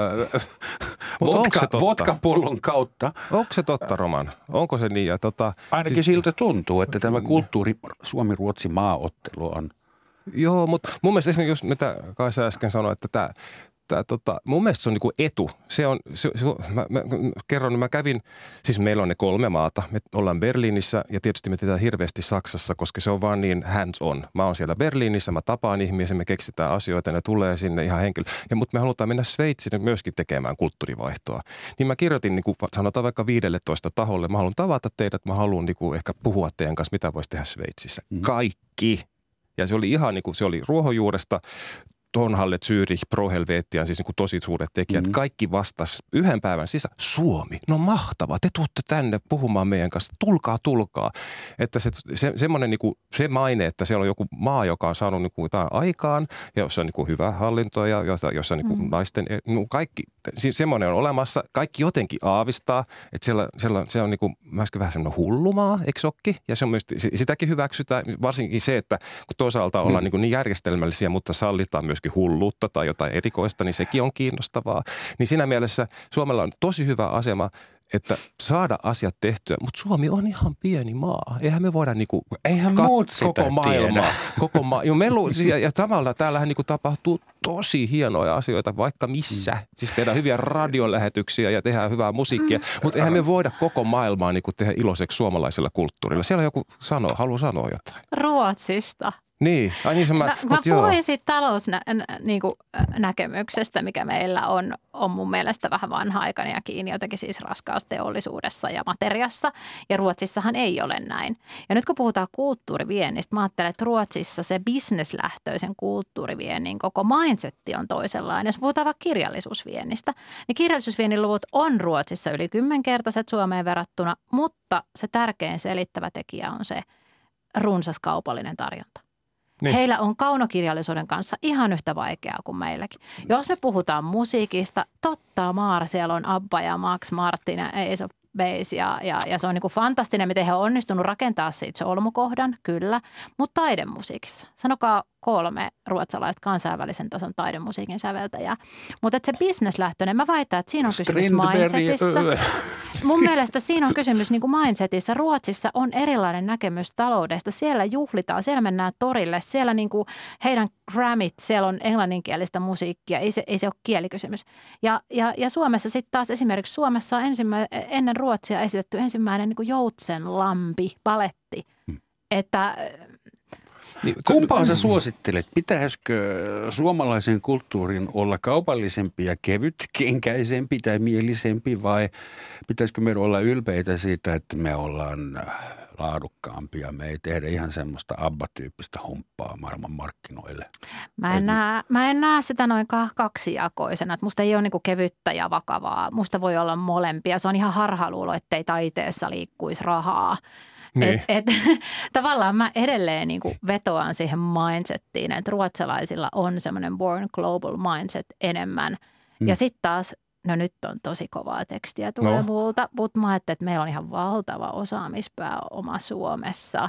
vodka, vodkapullon kautta. Onko se totta, Roman? Onko se niin? Ja tota, ainakin siis, siltä tuntuu, että tämä kulttuuri Suomi-Ruotsi maaottelu on. Joo, mutta mun mielestä esimerkiksi, mitä Kaisa äsken sanoi, että tämä Tää, tota, mun mielestä se on niinku etu. Se on, se, se, mä, mä kerron, mä kävin, siis meillä on ne kolme maata. Me ollaan Berliinissä ja tietysti me tehdään hirveästi Saksassa, koska se on vaan niin hands on. Mä oon siellä Berliinissä, mä tapaan ihmisiä, me keksitään asioita ja ne tulee sinne ihan henkilö. Ja, mutta me halutaan mennä Sveitsiin myöskin tekemään kulttuurivaihtoa. Niin mä kirjoitin, niin kuin sanotaan vaikka viidelletoista taholle, mä haluan tavata teidät, mä haluan niin kuin ehkä puhua teidän kanssa, mitä voisi tehdä Sveitsissä. Mm. Kaikki. Ja se oli ihan niin kuin, se oli ruohonjuuresta. Tonhalle, Zürich, Pro Helvetian, siis niin kuin tosi suuret tekijät. Mm-hmm. Kaikki vastasi yhden päivän sisään. Suomi, no mahtavaa, te tuutte tänne puhumaan meidän kanssa. Tulkaa, tulkaa. Että se, se, semmoinen niin kuin, se maine, että siellä on joku maa, joka on saanut niin kuin jotain aikaan, ja jossa on niin kuin hyvä hallinto, ja jossa, jossa niin kuin mm-hmm. naisten, no kaikki, siis semmoinen on olemassa. Kaikki jotenkin aavistaa, että siellä, siellä, siellä on niin kuin, vähän semmoinen hullumaa, eikö sokki? Ja se on myös, sitäkin hyväksytään, varsinkin se, että kun toisaalta ollaan mm-hmm. niin, kuin niin järjestelmällisiä, mutta sallitaan myös hulluutta tai jotain erikoista, niin sekin on kiinnostavaa. Niin siinä mielessä Suomella on tosi hyvä asema, että saada asiat tehtyä, mutta Suomi on ihan pieni maa. Eihän me voida niinku Eihän kat- muut sitä koko maailmaa. Koko ma- jo, melu, ja, ja samalla täällähän niinku tapahtuu tosi hienoja asioita, vaikka missä. Mm. Siis tehdään hyviä radiolähetyksiä ja tehdään hyvää musiikkia, mm. mutta eihän me voida koko maailmaa niinku tehdä iloiseksi suomalaisella kulttuurilla. Siellä joku sanoo, haluaa sanoa jotain. Ruotsista. Niin, ai niin se mä, Mä, mut mä joo. puhuin siitä talousnäkemyksestä, mikä meillä on, on mun mielestä vähän vanha-aikainen ja kiinni jotenkin siis raskausteollisuudessa ja materiassa. Ja Ruotsissahan ei ole näin. Ja nyt kun puhutaan kulttuuriviennistä, mä ajattelen, että Ruotsissa se bisneslähtöisen kulttuuriviennin koko mindsetti on toisenlainen. Jos puhutaan vaikka kirjallisuusviennistä, niin kirjallisuusviennin luvut on Ruotsissa yli kymmenkertaiset Suomeen verrattuna, mutta se tärkein selittävä tekijä on se runsas kaupallinen tarjonta. Niin. Heillä on kaunokirjallisuuden kanssa ihan yhtä vaikeaa kuin meilläkin. Jos me puhutaan musiikista, totta maar, siellä on Abba ja Max Martin ja Ace of Base ja, ja, ja se on niin kuin fantastinen, miten he on onnistunut rakentaa siitä solmukohdan, kyllä. Mutta taidemusiikissa, sanokaa kolme ruotsalaista kansainvälisen tason taidemusiikin säveltäjää. Mutta se bisneslähtöinen, mä väitän, että siinä on kysymys mindsetissä. Mun mielestä siinä on kysymys niin kuin mindsetissä. Ruotsissa on erilainen näkemys taloudesta. Siellä juhlitaan, siellä mennään torille, siellä niin kuin heidän Grammit, siellä on englanninkielistä musiikkia, ei se, ei se ole kielikysymys. Ja, ja, ja Suomessa sitten taas esimerkiksi Suomessa on ensimmä, ennen Ruotsia esitetty ensimmäinen niin kuin Joutsenlampi baletti, hmm. että niin, kumpaan sä suosittelet? Pitäisikö suomalaisen kulttuurin olla kaupallisempi ja kevytkenkäisempi tai mielisempi vai pitäisikö meidän olla ylpeitä siitä, että me ollaan laadukkaampia? Me ei tehdä ihan semmoista ABBA-tyyppistä humppaa maailman markkinoille. Mä en, näe, mä en näe sitä noin kaksijakoisena. Että musta ei ole niinku kevyttä ja vakavaa. Musta voi olla molempia. Se on ihan harhaluulo, ettei taiteessa liikkuisi rahaa. Niin. Et, et, tavallaan mä edelleen niin kuin vetoan siihen mindsettiin, että ruotsalaisilla on semmoinen born global mindset enemmän. Mm. Ja sitten taas, no nyt on tosi kovaa tekstiä tulee no. multa, mutta mä ajattelin, että meillä on ihan valtava osaamispääoma Suomessa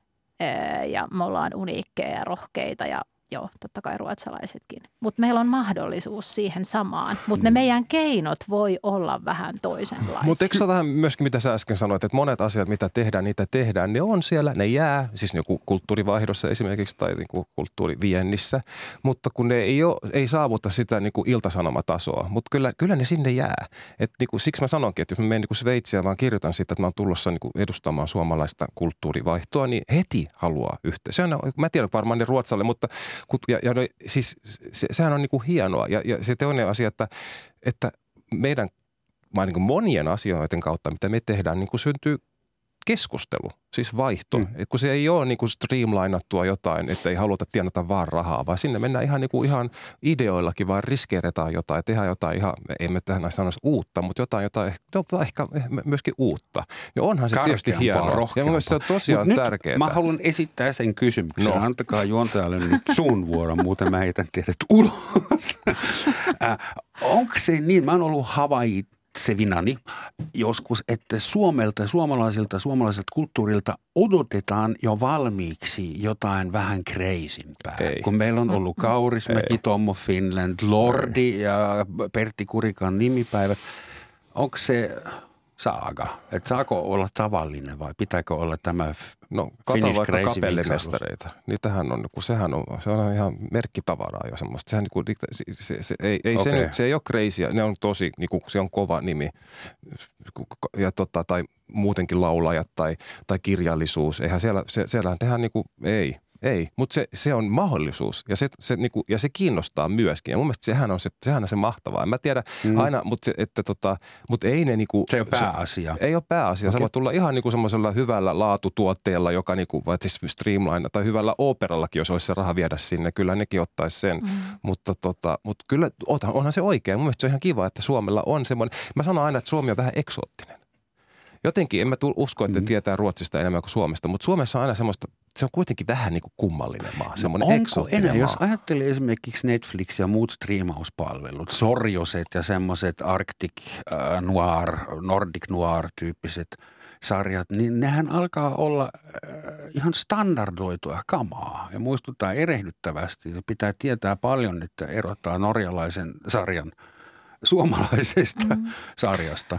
ja me ollaan uniikkeja ja rohkeita ja joo, totta kai ruotsalaisetkin. Mutta meillä on mahdollisuus siihen samaan. Mutta ne meidän keinot voi olla vähän toisenlaisia. Mutta eikö se ole myöskin, mitä sä äsken sanoit, että monet asiat, mitä tehdään, niitä tehdään, ne on siellä, ne jää, siis joku kulttuurivaihdossa esimerkiksi tai niinku kulttuuriviennissä, mutta kun ne ei, ole, ei saavuta sitä niinku iltasanomatasoa, mutta kyllä, kyllä ne sinne jää. Et niinku, siksi mä sanonkin, että jos mä menen niinku Sveitsiä vaan kirjoitan siitä, että mä oon tulossa niinku edustamaan suomalaista kulttuurivaihtoa, niin heti haluaa yhteen. Mä en tiedä varmaan ne ruotsalle, mutta Ja, ja no, siis se, sehän on niin kuin hienoa. Ja, ja se toinen asia, että, että meidän niin kuin monien asioiden kautta, mitä me tehdään, niin kuin syntyy keskustelu, siis vaihto. Mm. Et kun se ei ole niin kuin streamlainattua jotain, että ei haluta tienata vaan rahaa, vaan sinne mennään ihan, niin kuin ihan ideoillakin, vaan riskeeretään jotain, tehdään jotain ihan, emme tähän sanoisi uutta, mutta jotain, jotain ehkä myöskin uutta. Ja onhan se tietysti hienoa. Ja mun se on tosiaan tärkeää. Mä haluan esittää sen kysymyksen. No. Antakaa juontajalle nyt sun vuoro, muuten mä heitän teidät ulos. äh, onko se niin, mä oon ollut Hawaii Sevinani joskus, että Suomelta, suomalaisilta, suomalaiselta kulttuurilta odotetaan jo valmiiksi jotain vähän crazympää. Ei. Kun meillä on ollut Kaurismäki, Tom of Finland, Lordi ja Pertti Kurikan nimipäivät. Onko se saaga? Että saako olla tavallinen vai pitääkö olla tämä no, kato vaikka kapellimestareita. Niitähän on, kun sehän on, se on ihan merkkitavaraa jo semmoista. Sehän niin kuin, se, se, se, ei, ei, okay. se, nyt, se ei ole crazyä, ne on tosi, niin kuin, se on kova nimi. Ja tota, tai muutenkin laulajat tai, tai kirjallisuus. Eihän siellä, se, siellähän tehdään niin kuin, ei. Ei, mutta se, se on mahdollisuus ja se, se, niinku, ja se kiinnostaa myöskin. Ja mun mielestä sehän on se, sehän on se mahtavaa. En mä tiedä mm. aina, mutta, se, että, tota, mutta ei ne niinku, se ei ole pääasia. Se, ei ole pääasia. Okay. Se voi tulla ihan niinku semmoisella hyvällä laatutuotteella, joka niinku, vai siis streamline tai hyvällä operallakin, jos olisi se raha viedä sinne. Kyllä nekin ottaisi sen. Mm. Mutta, tota, mutta kyllä onhan se oikein. Mun mielestä se on ihan kiva, että Suomella on semmoinen. Mä sanon aina, että Suomi on vähän eksoottinen. Jotenkin en mä usko, että mm. tietää Ruotsista enemmän kuin Suomesta, mutta Suomessa on aina semmoista, se on kuitenkin vähän niin kuin kummallinen maa, semmoinen no eksoottinen enää, maa. Jos ajattelee esimerkiksi Netflix ja muut striimauspalvelut, Sorjoset ja semmoiset Arctic äh, Noir, Nordic Noir-tyyppiset sarjat, niin nehän alkaa olla äh, ihan standardoitua kamaa ja muistuttaa erehdyttävästi. Pitää tietää paljon, että erottaa norjalaisen sarjan suomalaisesta mm. sarjasta.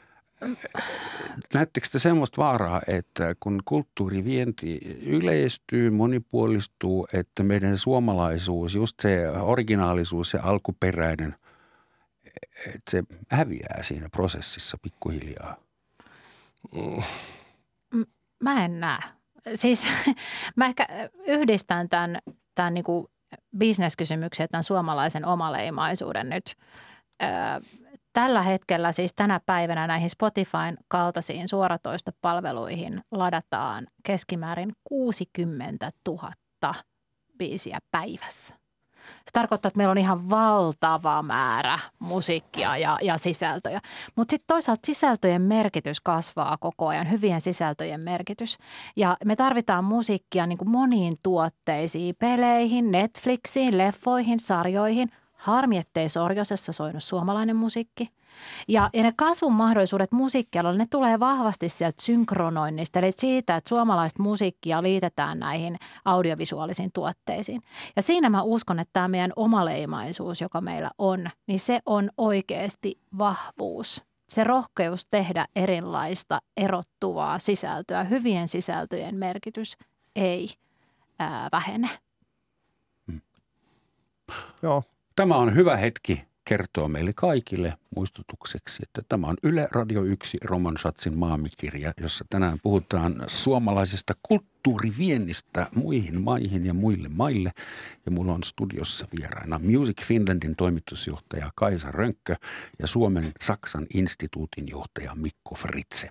Näettekö te semmoista vaaraa, että kun kulttuurivienti yleistyy, monipuolistuu, että meidän suomalaisuus, just se originaalisuus ja alkuperäinen, että se häviää siinä prosessissa pikkuhiljaa? Mä en näe. siis mä ehkä yhdistän tämän, tämän niin kuin bisneskysymyksen ja tämän suomalaisen omaleimaisuuden nyt. Tällä hetkellä siis tänä päivänä näihin Spotifyn kaltaisiin suoratoistopalveluihin ladataan keskimäärin kuusikymmentätuhatta biisiä päivässä. Se tarkoittaa, että meillä on ihan valtava määrä musiikkia ja, ja sisältöjä. Mutta sitten toisaalta sisältöjen merkitys kasvaa koko ajan, hyvien sisältöjen merkitys. Ja me tarvitaan musiikkia niin kuin moniin tuotteisiin, peleihin, Netflixiin, leffoihin, sarjoihin. Harmi, ettei Sorjosessa soinut suomalainen musiikki. Ja, ja ne kasvun mahdollisuudet musiikkialalla, ne tulee vahvasti sieltä synkronoinnista, eli siitä, että suomalaista musiikkia liitetään näihin audiovisuaalisiin tuotteisiin. Ja siinä mä uskon, että tämä meidän omaleimaisuus, joka meillä on, niin se on oikeasti vahvuus. Se rohkeus tehdä erilaista erottuvaa sisältöä, hyvien sisältöjen merkitys ei ää, vähene. Hmm. Joo. Tämä on hyvä hetki kertoa meille kaikille muistutukseksi, että tämä on Yle Radio yksi Roman Schatzin maamikirja, jossa tänään puhutaan suomalaisesta kulttuuriviennistä muihin maihin ja muille maille. Ja mulla on studiossa vieraina Music Finlandin toimitusjohtaja Kaisa Rönkkö ja Suomen Saksan instituutin johtaja Mikko Fritze.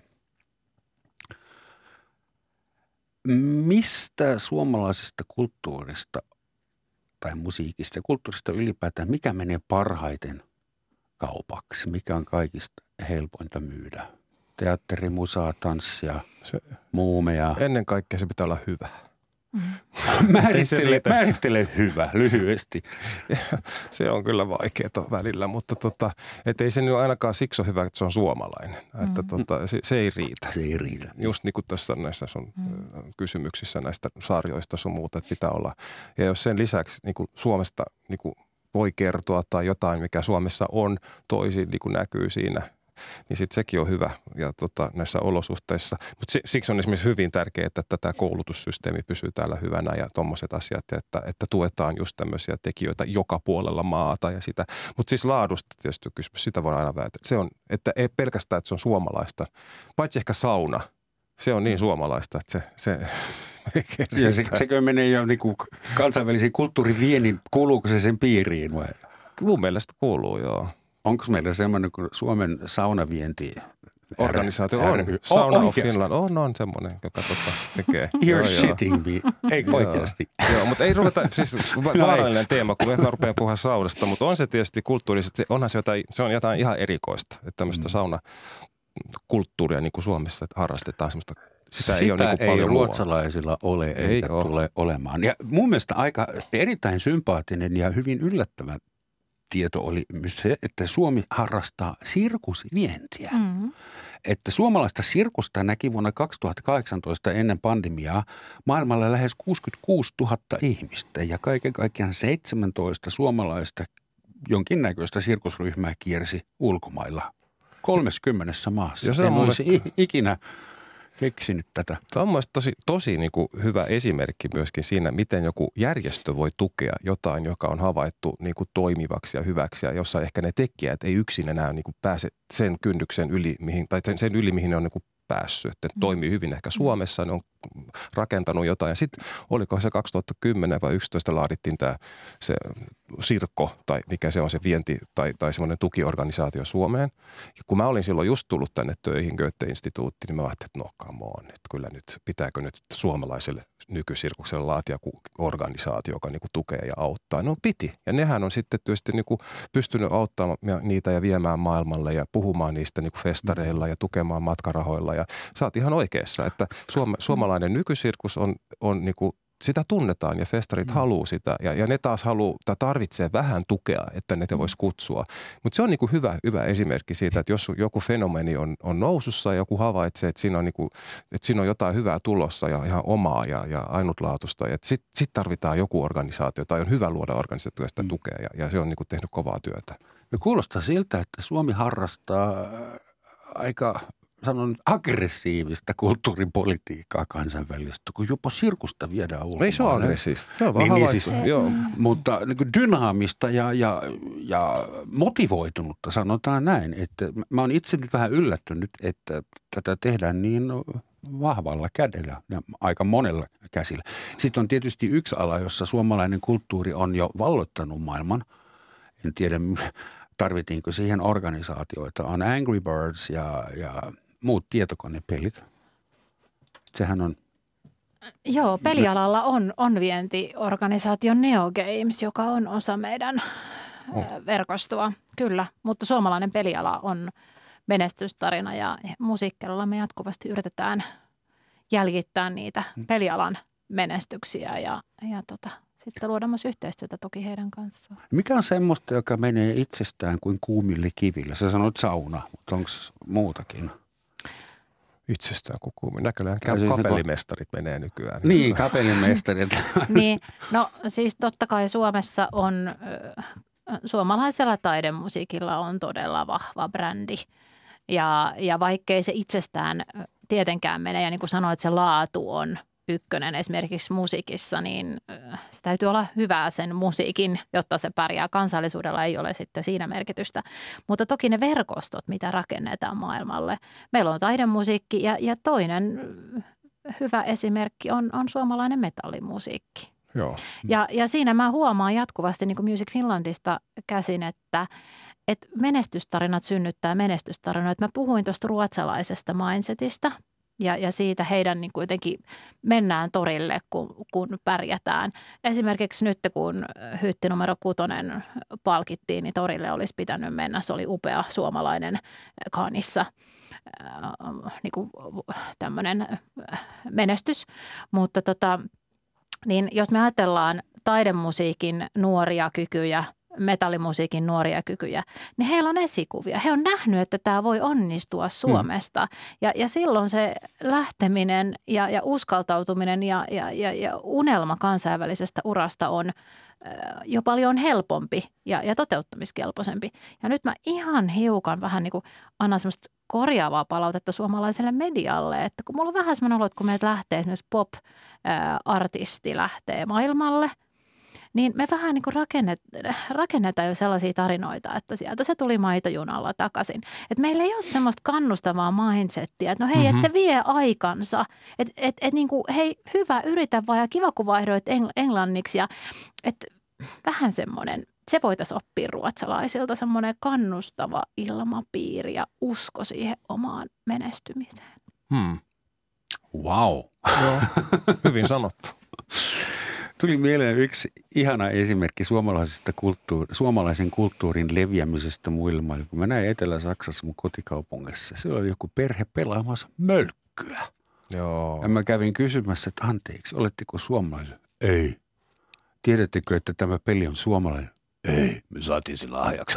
Mistä suomalaisesta kulttuurista tai musiikista ja kulttuurista ylipäätään, mikä menee parhaiten kaupaksi? Mikä on kaikista helpointa myydä? Teatteri, musaa, tanssia, se, muumeja. Ennen kaikkea se pitää olla hyvä. Mm-hmm. Määrittele, määrittele hyvä, lyhyesti. Se on kyllä vaikeaa välillä, mutta tota, et ei se nyt ainakaan siksi ole hyvä, että se on suomalainen. Mm-hmm. Että tota, se, se ei riitä. Se ei riitä. Just niin kuin tässä näissä sun mm-hmm. kysymyksissä näistä sarjoista sun muuta, että pitää olla. Ja jos sen lisäksi niin kuin Suomesta niin kuin voi kertoa tai jotain, mikä Suomessa on toisin, niin kuin näkyy siinä, niin sitten sekin on hyvä ja tota, näissä olosuhteissa. Mutta siksi on esimerkiksi hyvin tärkeää, että tämä koulutussysteemi pysyy täällä hyvänä ja tuommoiset asiat, että, että tuetaan just tämmöisiä tekijöitä joka puolella maata ja sitä. Mutta siis laadusta tietysti kysymys, sitä voi aina väittää. Se on, että ei pelkästään, että se on suomalaista, paitsi ehkä sauna. Se on niin suomalaista, että se... se ja se, sekö menee jo niinku kansainvälisiin kulttuuriviennin, kuuluuko se sen piiriin vai? Mun mielestä kuuluu, joo. Onko meillä semmoinen kuin Suomen saunavienti? Organisaatio on. Sauna of Finland on, on semmoinen, joka tota tekee. You're joo, shitting joo. me. Ei oikeasti. Joo, mutta ei ruveta, siis vaarallinen teema, kun me rupeaa puhua saunasta, mutta on se tietysti kulttuurisesti, onhan se jotain, se on jotain ihan erikoista, että tämmöistä mm. saunakulttuuria niin kuin Suomessa harrastetaan semmoista. Sitä, Sitä ei, ole niin ei ruotsalaisilla ole ei eikä ole. tule olemaan. Ja mun mielestä aika erittäin sympaattinen ja hyvin yllättävä tieto oli myös se, että Suomi harrastaa sirkusvientiä. Mm-hmm. Että suomalaista sirkusta näki vuonna kaksituhattakahdeksantoista ennen pandemiaa maailmalla lähes kuusikymmentäkuusituhatta ihmistä ja kaiken kaikkiaan seitsemäntoista suomalaista jonkinnäköistä sirkusryhmää kiersi ulkomailla kolmekymmentä maassa. Ja se on en olisi ikinä keksinyt tätä. Tämä on mielestäni tosi, tosi niin kuin hyvä esimerkki myöskin siinä, miten joku järjestö voi tukea jotain, joka on havaittu niin kuin toimivaksi ja hyväksi, ja jossa ehkä ne tekijät ei yksin enää niin kuin pääse sen kynnyksen yli, mihin, tai sen, sen yli, mihin ne on niin kuin päässyt. Että ne toimii hyvin ehkä Suomessa, ne on rakentanut jotain. Ja sitten oliko se kaksituhattakymmenen vai yksitoista laadittiin tämä se Sirkko, tai mikä se on se vienti, tai, tai semmoinen tukiorganisaatio Suomeen. Ja kun mä olin silloin just tullut tänne töihin Goethe-instituuttiin, niin mä ajattelin, että no come on, että kyllä nyt, pitääkö nyt suomalaiselle nykysirkukselle laatia organisaatio, joka niin kuin tukee ja auttaa. No piti. Ja nehän on sitten tietysti niin kuin pystynyt auttamaan niitä ja viemään maailmalle ja puhumaan niistä niin kuin festareilla ja tukemaan matkarahoilla. Ja sä oot ihan oikeassa, että suoma, suomalainen nykysirkus on, on niin kuin sitä tunnetaan ja festarit mm. haluaa sitä ja, ja ne taas haluaa tai tarvitsee vähän tukea, että ne voisi kutsua. Mutta se on niinku hyvä, hyvä esimerkki siitä, että jos joku fenomeni on, on nousussa ja joku havaitsee, että siinä on, niinku, että siinä on jotain hyvää tulossa ja ihan omaa ja, ja ainutlaatuista. Sitten sit tarvitaan joku organisaatio tai on hyvä luoda organisaatio sitä mm. tukea ja, ja se on niinku tehnyt kovaa työtä. Ja kuulostaa siltä, että Suomi harrastaa aika... sanon aggressiivista kulttuuripolitiikkaa kansainvälistä, kun jopa sirkusta viedään ulkomaille. Ei se ole aggressiivista. Se on vaan niin, niin siis, joo. Mutta niin kuin dynaamista ja, ja, ja motivoitunutta, sanotaan näin. Että mä oon itse nyt vähän yllättynyt, että tätä tehdään niin vahvalla kädellä ja aika monella käsillä. Sitten on tietysti yksi ala, jossa suomalainen kulttuuri on jo valloittanut maailman. En tiedä, tarvitiinko siihen organisaatioita. On Angry Birds ja, ja muut tietokonepelit. Sehän on... Joo, pelialalla on, on vientiorganisaatio Neo Games, joka on osa meidän oh. verkostoa. Kyllä, mutta suomalainen peliala on menestystarina ja musiikkialalla me jatkuvasti yritetään jäljittää niitä pelialan menestyksiä ja, ja tota, sitten luoda myös yhteistyötä toki heidän kanssaan. Mikä on semmoista, joka menee itsestään kuin kuumille kiville? Sä sanoit sauna, mutta onko muutakin? Itsestään kuin kuumille. Näköjään kapellimestarit menee nykyään. Niin, kapellimestarit. Niin, no siis totta kai Suomessa on, suomalaisella taidemusiikilla on todella vahva brändi. Ja, ja vaikkei se itsestään tietenkään mene, ja niin kuin sanoit, se laatu on ykkönen esimerkiksi musiikissa, niin se täytyy olla hyvää sen musiikin, jotta se pärjää. Kansallisuudella ei ole sitten siinä merkitystä. Mutta toki ne verkostot, mitä rakennetaan maailmalle. Meillä on taidemusiikki ja, ja toinen hyvä esimerkki on, on suomalainen metallimusiikki. Joo. Ja, ja siinä mä huomaan jatkuvasti niin kuin Music Finlandista käsin, että että menestystarinat synnyttää menestystarinoita. Mä puhuin tuosta ruotsalaisesta mindsetistä ja, ja siitä heidän niin kuitenkin mennään torille, kun, kun pärjätään. Esimerkiksi nyt, kun hytti numero kutonen palkittiin, niin torille olisi pitänyt mennä. Se oli upea suomalainen Cannesissa äh, niin kuin tämmöinen menestys. Mutta tota, niin jos me ajatellaan taidemusiikin nuoria kykyjä, metallimusiikin nuoria kykyjä, niin heillä on esikuvia. He on nähnyt, että tämä voi onnistua Suomesta. Mm. Ja, ja silloin se lähteminen ja, ja uskaltautuminen ja, ja, ja, ja unelma kansainvälisestä urasta on ö, jo paljon helpompi ja, ja toteuttamiskelpoisempi. Ja nyt mä ihan hiukan vähän niin kuin annan semmoista korjaavaa palautetta suomalaiselle medialle, että kun mulla on vähän semmoinen olo, että kun meiltä lähtee esimerkiksi pop-artisti lähtee maailmalle, niin me vähän niin kuin rakennet, rakennetaan jo sellaisia tarinoita, että sieltä se tuli maitojunalla takaisin. Että meillä ei ole semmoista kannustavaa mindsettiä, että no hei, mm-hmm. että se vie aikansa. Että et, et niin kuin hei, hyvä, yritä vaan ja kiva kun vaihdoit engl- englanniksi. Ja, että vähän semmoinen, se voitaisiin oppia ruotsalaisilta, semmoinen kannustava ilmapiiri ja usko siihen omaan menestymiseen. Hmm. Wow. Joo, hyvin sanottu. Tuli mieleen yksi ihana esimerkki suomalaisesta kulttuuri, suomalaisen kulttuurin leviämisestä muille maille. Kun mä näin Etelä-Saksassa mun kotikaupungissa, siellä oli joku perhe pelaamassa mölkkyä. Joo. Ja mä kävin kysymässä, että anteeksi, oletteko suomalaisia? Ei. Tiedättekö, että tämä peli on suomalainen? Ei, me saatiin sillä lahjaksi.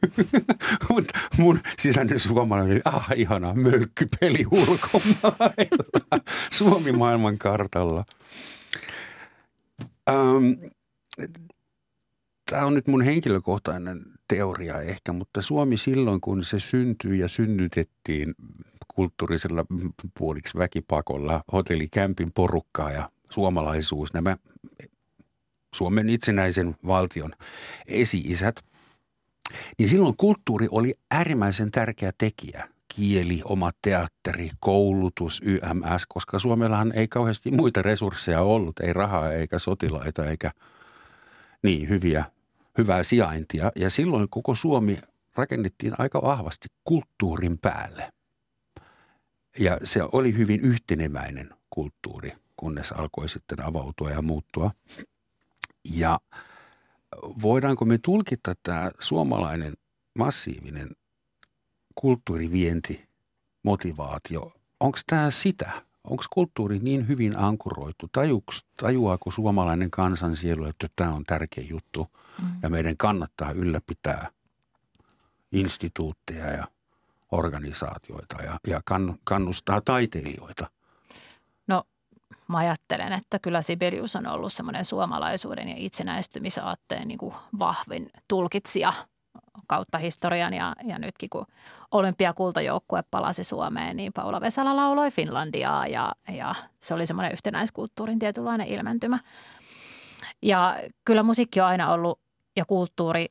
Mutta mun sisäinen suomalainen, ah ihanaa, mölkkypeli ulkomailla. Suomi maailman kartalla. Ähm, Tämä on nyt mun henkilökohtainen teoria ehkä, mutta Suomi silloin, kun se syntyi ja synnytettiin kulttuurisella puoliksi väkipakolla, hotellikämpin porukkaa ja suomalaisuus, nämä Suomen itsenäisen valtion esi-isät, niin silloin kulttuuri oli äärimmäisen tärkeä tekijä. Kieli, oma teatteri, koulutus, Y M S, koska Suomellahan ei kauheasti muita resursseja ollut, ei rahaa eikä sotilaita eikä niin hyviä, hyvää sijaintia. Ja silloin koko Suomi rakennettiin aika vahvasti kulttuurin päälle. Ja se oli hyvin yhteneväinen kulttuuri, kunnes alkoi sitten avautua ja muuttua. Ja voidaanko me tulkita tämä suomalainen massiivinen kulttuurivienti, motivaatio, onko tämä sitä? Onko kulttuuri niin hyvin ankuroitu? Tajuks, tajuaako suomalainen kansansielu, että tämä on tärkeä juttu mm. ja meidän kannattaa ylläpitää instituutteja ja organisaatioita ja, ja kannustaa taiteilijoita? No mä ajattelen, että kyllä Sibelius on ollut semmoinen suomalaisuuden ja itsenäistymisaatteen niin kuin vahvin tulkitsija kautta historian ja, ja nytkin kun olympiakultajoukkue palasi Suomeen, niin Paula Vesala lauloi Finlandiaa ja, ja se oli semmoinen yhtenäiskulttuurin tietynlainen ilmentymä. Ja kyllä musiikki on aina ollut ja kulttuuri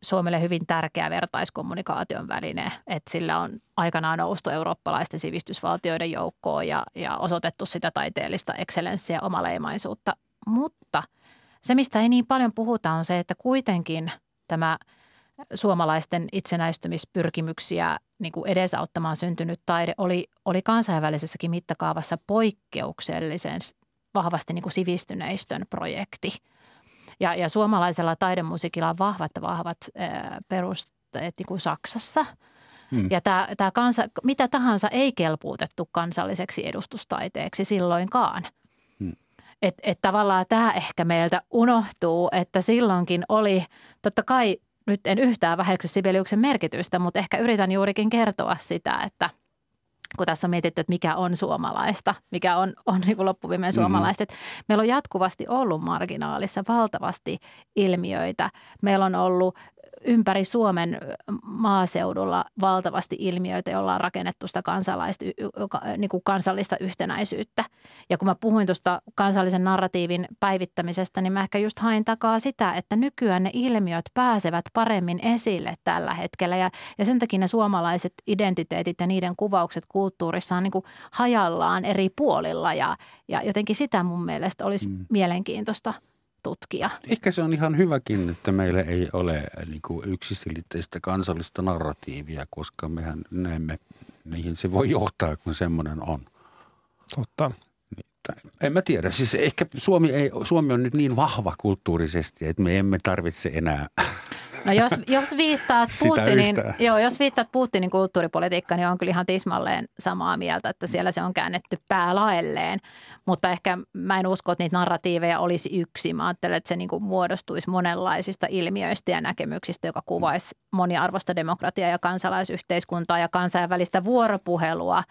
Suomelle hyvin tärkeä vertaiskommunikaation väline, että sillä on aikanaan noustu eurooppalaisten sivistysvaltioiden joukkoon ja, ja osoitettu sitä taiteellista ekselenssiä, omaleimaisuutta. Mutta se, mistä ei niin paljon puhuta, on se, että kuitenkin tämä suomalaisten itsenäistymispyrkimyksiä niin kuin edesauttamaan syntynyt taide oli, oli kansainvälisessäkin mittakaavassa poikkeuksellisen vahvasti niin kuin sivistyneistön projekti. Ja, ja suomalaisella taidemusiikilla on vahvat vahvat ää, perusteet niin kuin Saksassa. Hmm. Ja tämä, tämä kansa, mitä tahansa ei kelpuutettu kansalliseksi edustustaiteeksi silloinkaan. Hmm. Että et tavallaan tämä ehkä meiltä unohtuu, että silloinkin oli, totta kai nyt en yhtään väheksy Sibeliuksen merkitystä, mutta ehkä yritän juurikin kertoa sitä, että kun tässä on mietitty, että mikä on suomalaista, mikä on, on niin kuin loppuviimein suomalaista. Mm-hmm. Meillä on jatkuvasti ollut marginaalissa valtavasti ilmiöitä. Meillä on ollut ympäri Suomen maaseudulla valtavasti ilmiöitä, joilla on rakennettu sitä kansalaista, niin kuin kansallista yhtenäisyyttä. Ja kun mä puhuin tuosta kansallisen narratiivin päivittämisestä, niin mä ehkä just hain takaa sitä, että nykyään ne ilmiöt pääsevät paremmin esille tällä hetkellä. Ja, ja sen takia ne suomalaiset identiteetit ja niiden kuvaukset kulttuurissa on niin kuin hajallaan eri puolilla. Ja, ja jotenkin sitä mun mielestä olisi mm. mielenkiintoista tutkia. Ehkä se on ihan hyväkin, että meillä ei ole niin kuin yksiselitteistä kansallista narratiivia, koska mehän näemme, mihin se voi johtaa, kun semmoinen on. Totta. En mä tiedä. Siis ehkä Suomi, ei, Suomi on nyt niin vahva kulttuurisesti, että me emme tarvitse enää No jos, jos viittaat Putinin, joo, jos viittaat Putinin kulttuuripolitiikkaan, niin on kyllä ihan tismalleen samaa mieltä, että siellä se on käännetty päälaelleen. Mutta ehkä mä en usko, että niitä narratiiveja olisi yksi. Mä ajattelen, että se niin kuin muodostuisi monenlaisista ilmiöistä ja näkemyksistä, joka kuvaisi moniarvoista demokratiaa ja kansalaisyhteiskuntaa ja kansainvälistä vuoropuhelua.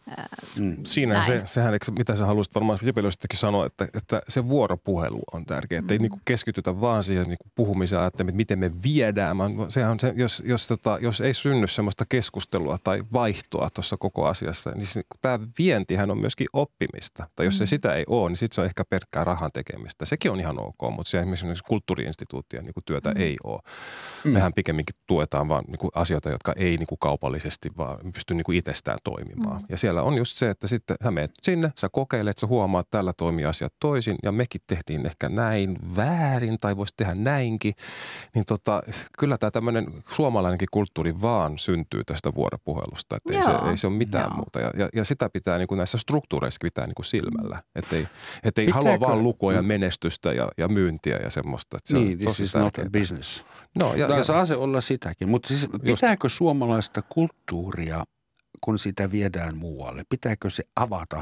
Mm. Siinä se, sehän, mitä sä haluaisit varmaan Sibeliuksestakin sanoa, että, että se vuoropuhelu on tärkeä. Että mm. ei niin kuin keskitytä vaan siihen niin kuin puhumiseen, että miten me viedään. Sehän on se, jos, jos, tota, jos ei synny semmoista keskustelua tai vaihtoa tuossa koko asiassa, niin se, tämä vientihän on myöskin oppimista. Tai jos mm. se sitä ei ole, niin sitten se on ehkä pelkkää rahan tekemistä. Sekin on ihan ok, mutta se esimerkiksi kulttuuriinstituutien niin kuin työtä mm. ei ole. Mm. Mehän pikemminkin tuetaan vaan niin kuin asioita, jotka ei niin kuin kaupallisesti vaan pysty niin kuin itsestään toimimaan. Mm. Ja siellä on just se, että sitten sä menet sinne, sä kokeilet, sä huomaat, että tällä toimii asiat toisin ja mekin tehtiin ehkä näin väärin tai voisi tehdä näinkin. Niin tota, kyllä tämä tämmöinen suomalainenkin kulttuuri vaan syntyy tästä vuoropuhelusta, että ei se, ei se ole mitään Joo. muuta. Ja, ja, ja sitä pitää niin kuin näissä struktuureissa pitää niin kuin silmällä, että ei, et ei halua vaan lukua ja menestystä ja, ja myyntiä ja semmoista. Että se niin, on tosi this is tärkeää. not a business. No, ja, Tämä ja, saa se olla sitäkin, mutta siis pitääkö suomalaista kulttuuria, kun sitä viedään muualle, pitääkö se avata,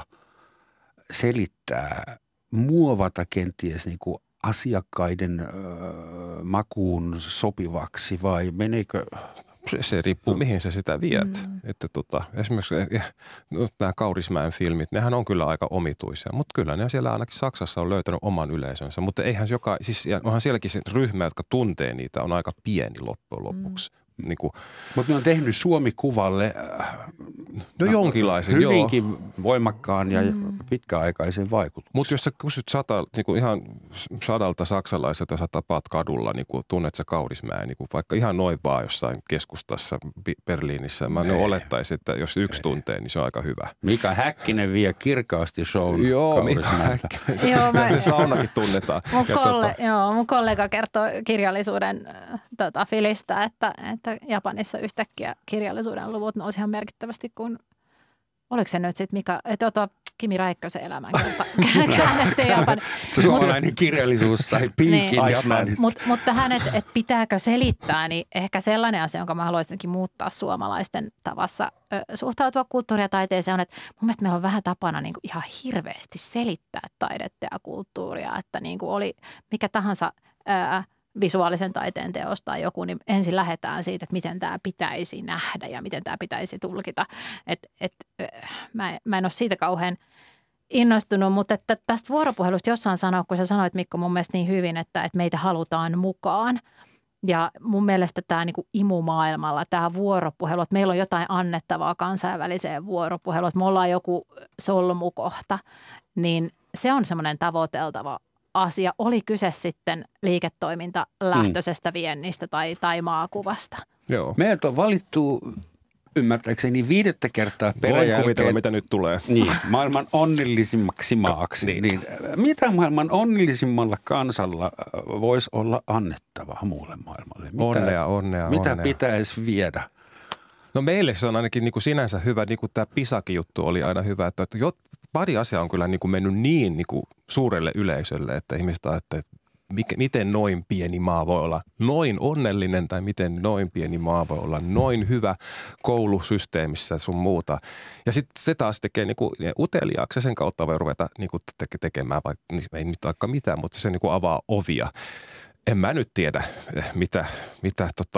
selittää, muovata kenties niin kuin asiakkaiden ö, makuun sopivaksi vai meneekö? Se, se riippuu, no. mihin sä sitä viet. Mm. Että tota, esimerkiksi no, nämä Kaurismäen filmit, nehän on kyllä aika omituisia, mutta kyllä ne siellä ainakin Saksassa on löytänyt oman yleisönsä. Mutta eihän joka, siis onhan sielläkin se ryhmä, jotka tuntee niitä, on aika pieni loppujen lopuksi. Mm. Niin kuin, mutta ne on tehnyt Suomi-kuvalle no, no jonkinlaisen, hyvinkin joo. voimakkaan ja mm. pitkäaikaisen vaikutuksen. Mutta jos sä kysyt sata, niin kuin ihan sadalta saksalaiselta, jos sä tapaat kadulla, niin kuin tunnet sä Kaurismäen, niin kuin vaikka ihan noin vaan jossain keskustassa Berliinissä. Mä ne olettaisin, että jos yksi tuntee, niin se on aika hyvä. Mika Häkkinen vie kirkaasti shown Joo, Mika Häkkinen. Se, joo, mä... se saunakin tunnetaan. Mun, kolle, tota... joo, mun kollega kertoo kirjallisuuden tota, filistä, että, että Japanissa yhtäkkiä kirjallisuuden luvut nousi ihan merkittävästi, kun oliko se nyt sitten Mika, että ota Kimi Räikkösen elämänkerta käännettiin Japanissa. Suomalainen kirjallisuus sai piikin niin. Japanissa. Mutta mut tähän, että et pitääkö selittää, niin ehkä sellainen asia, jonka mä haluaisinkin muuttaa suomalaisten tavassa ö, suhtautua kulttuuri- ja taiteeseen on, että mun mielestä meillä on vähän tapana niin kuin ihan hirveästi selittää taidetta ja kulttuuria, että niin kuin oli mikä tahansa ö, visuaalisen taiteen teosta tai joku, niin ensin lähdetään siitä, että miten tämä pitäisi nähdä ja miten tämä pitäisi tulkita. Et, et, mä, mä en ole siitä kauhean innostunut, mutta että tästä vuoropuhelusta jossain sanoa, kun sä sanoit Mikko mun mielestä niin hyvin, että, että meitä halutaan mukaan. Ja mun mielestä tämä niin kuin imumaailmalla, tämä vuoropuhelu, että meillä on jotain annettavaa kansainväliseen vuoropuheluun, että me ollaan joku solmukohta, niin se on semmoinen tavoiteltava asia, oli kyse sitten liiketoimintalähtöisestä viennistä tai, tai maakuvasta. Joo. Meidät on valittu ymmärtääkseni viidettä kertaa Voin peräjälkeen. kuvitella, mitä nyt tulee. Niin, maailman onnellisimmaksi maaksi. Niin. Niin, mitä maailman onnellisimmalla kansalla voisi olla annettavaa muulle maailmalle? Mitä, Onnea, onnea, Mitä onnea. pitäisi viedä? No meille se on ainakin niin kuin sinänsä hyvä, niin kuin tämä Pisakin juttu oli aina hyvä, että jo, pari asiaa on kyllä niin kuin mennyt niin, niin kuin suurelle yleisölle, että ihmiset ajattelee, että mikä, miten noin pieni maa voi olla noin onnellinen tai miten noin pieni maa voi olla noin hyvä koulusysteemissä sun muuta. Ja sitten se taas tekee niinku uteliaaksi ja sen kautta voi ruveta niinku te- tekemään, vaikka ei nyt vaikka mitään, mutta se niinku avaa ovia. En mä nyt tiedä, mitä, mitä, tota,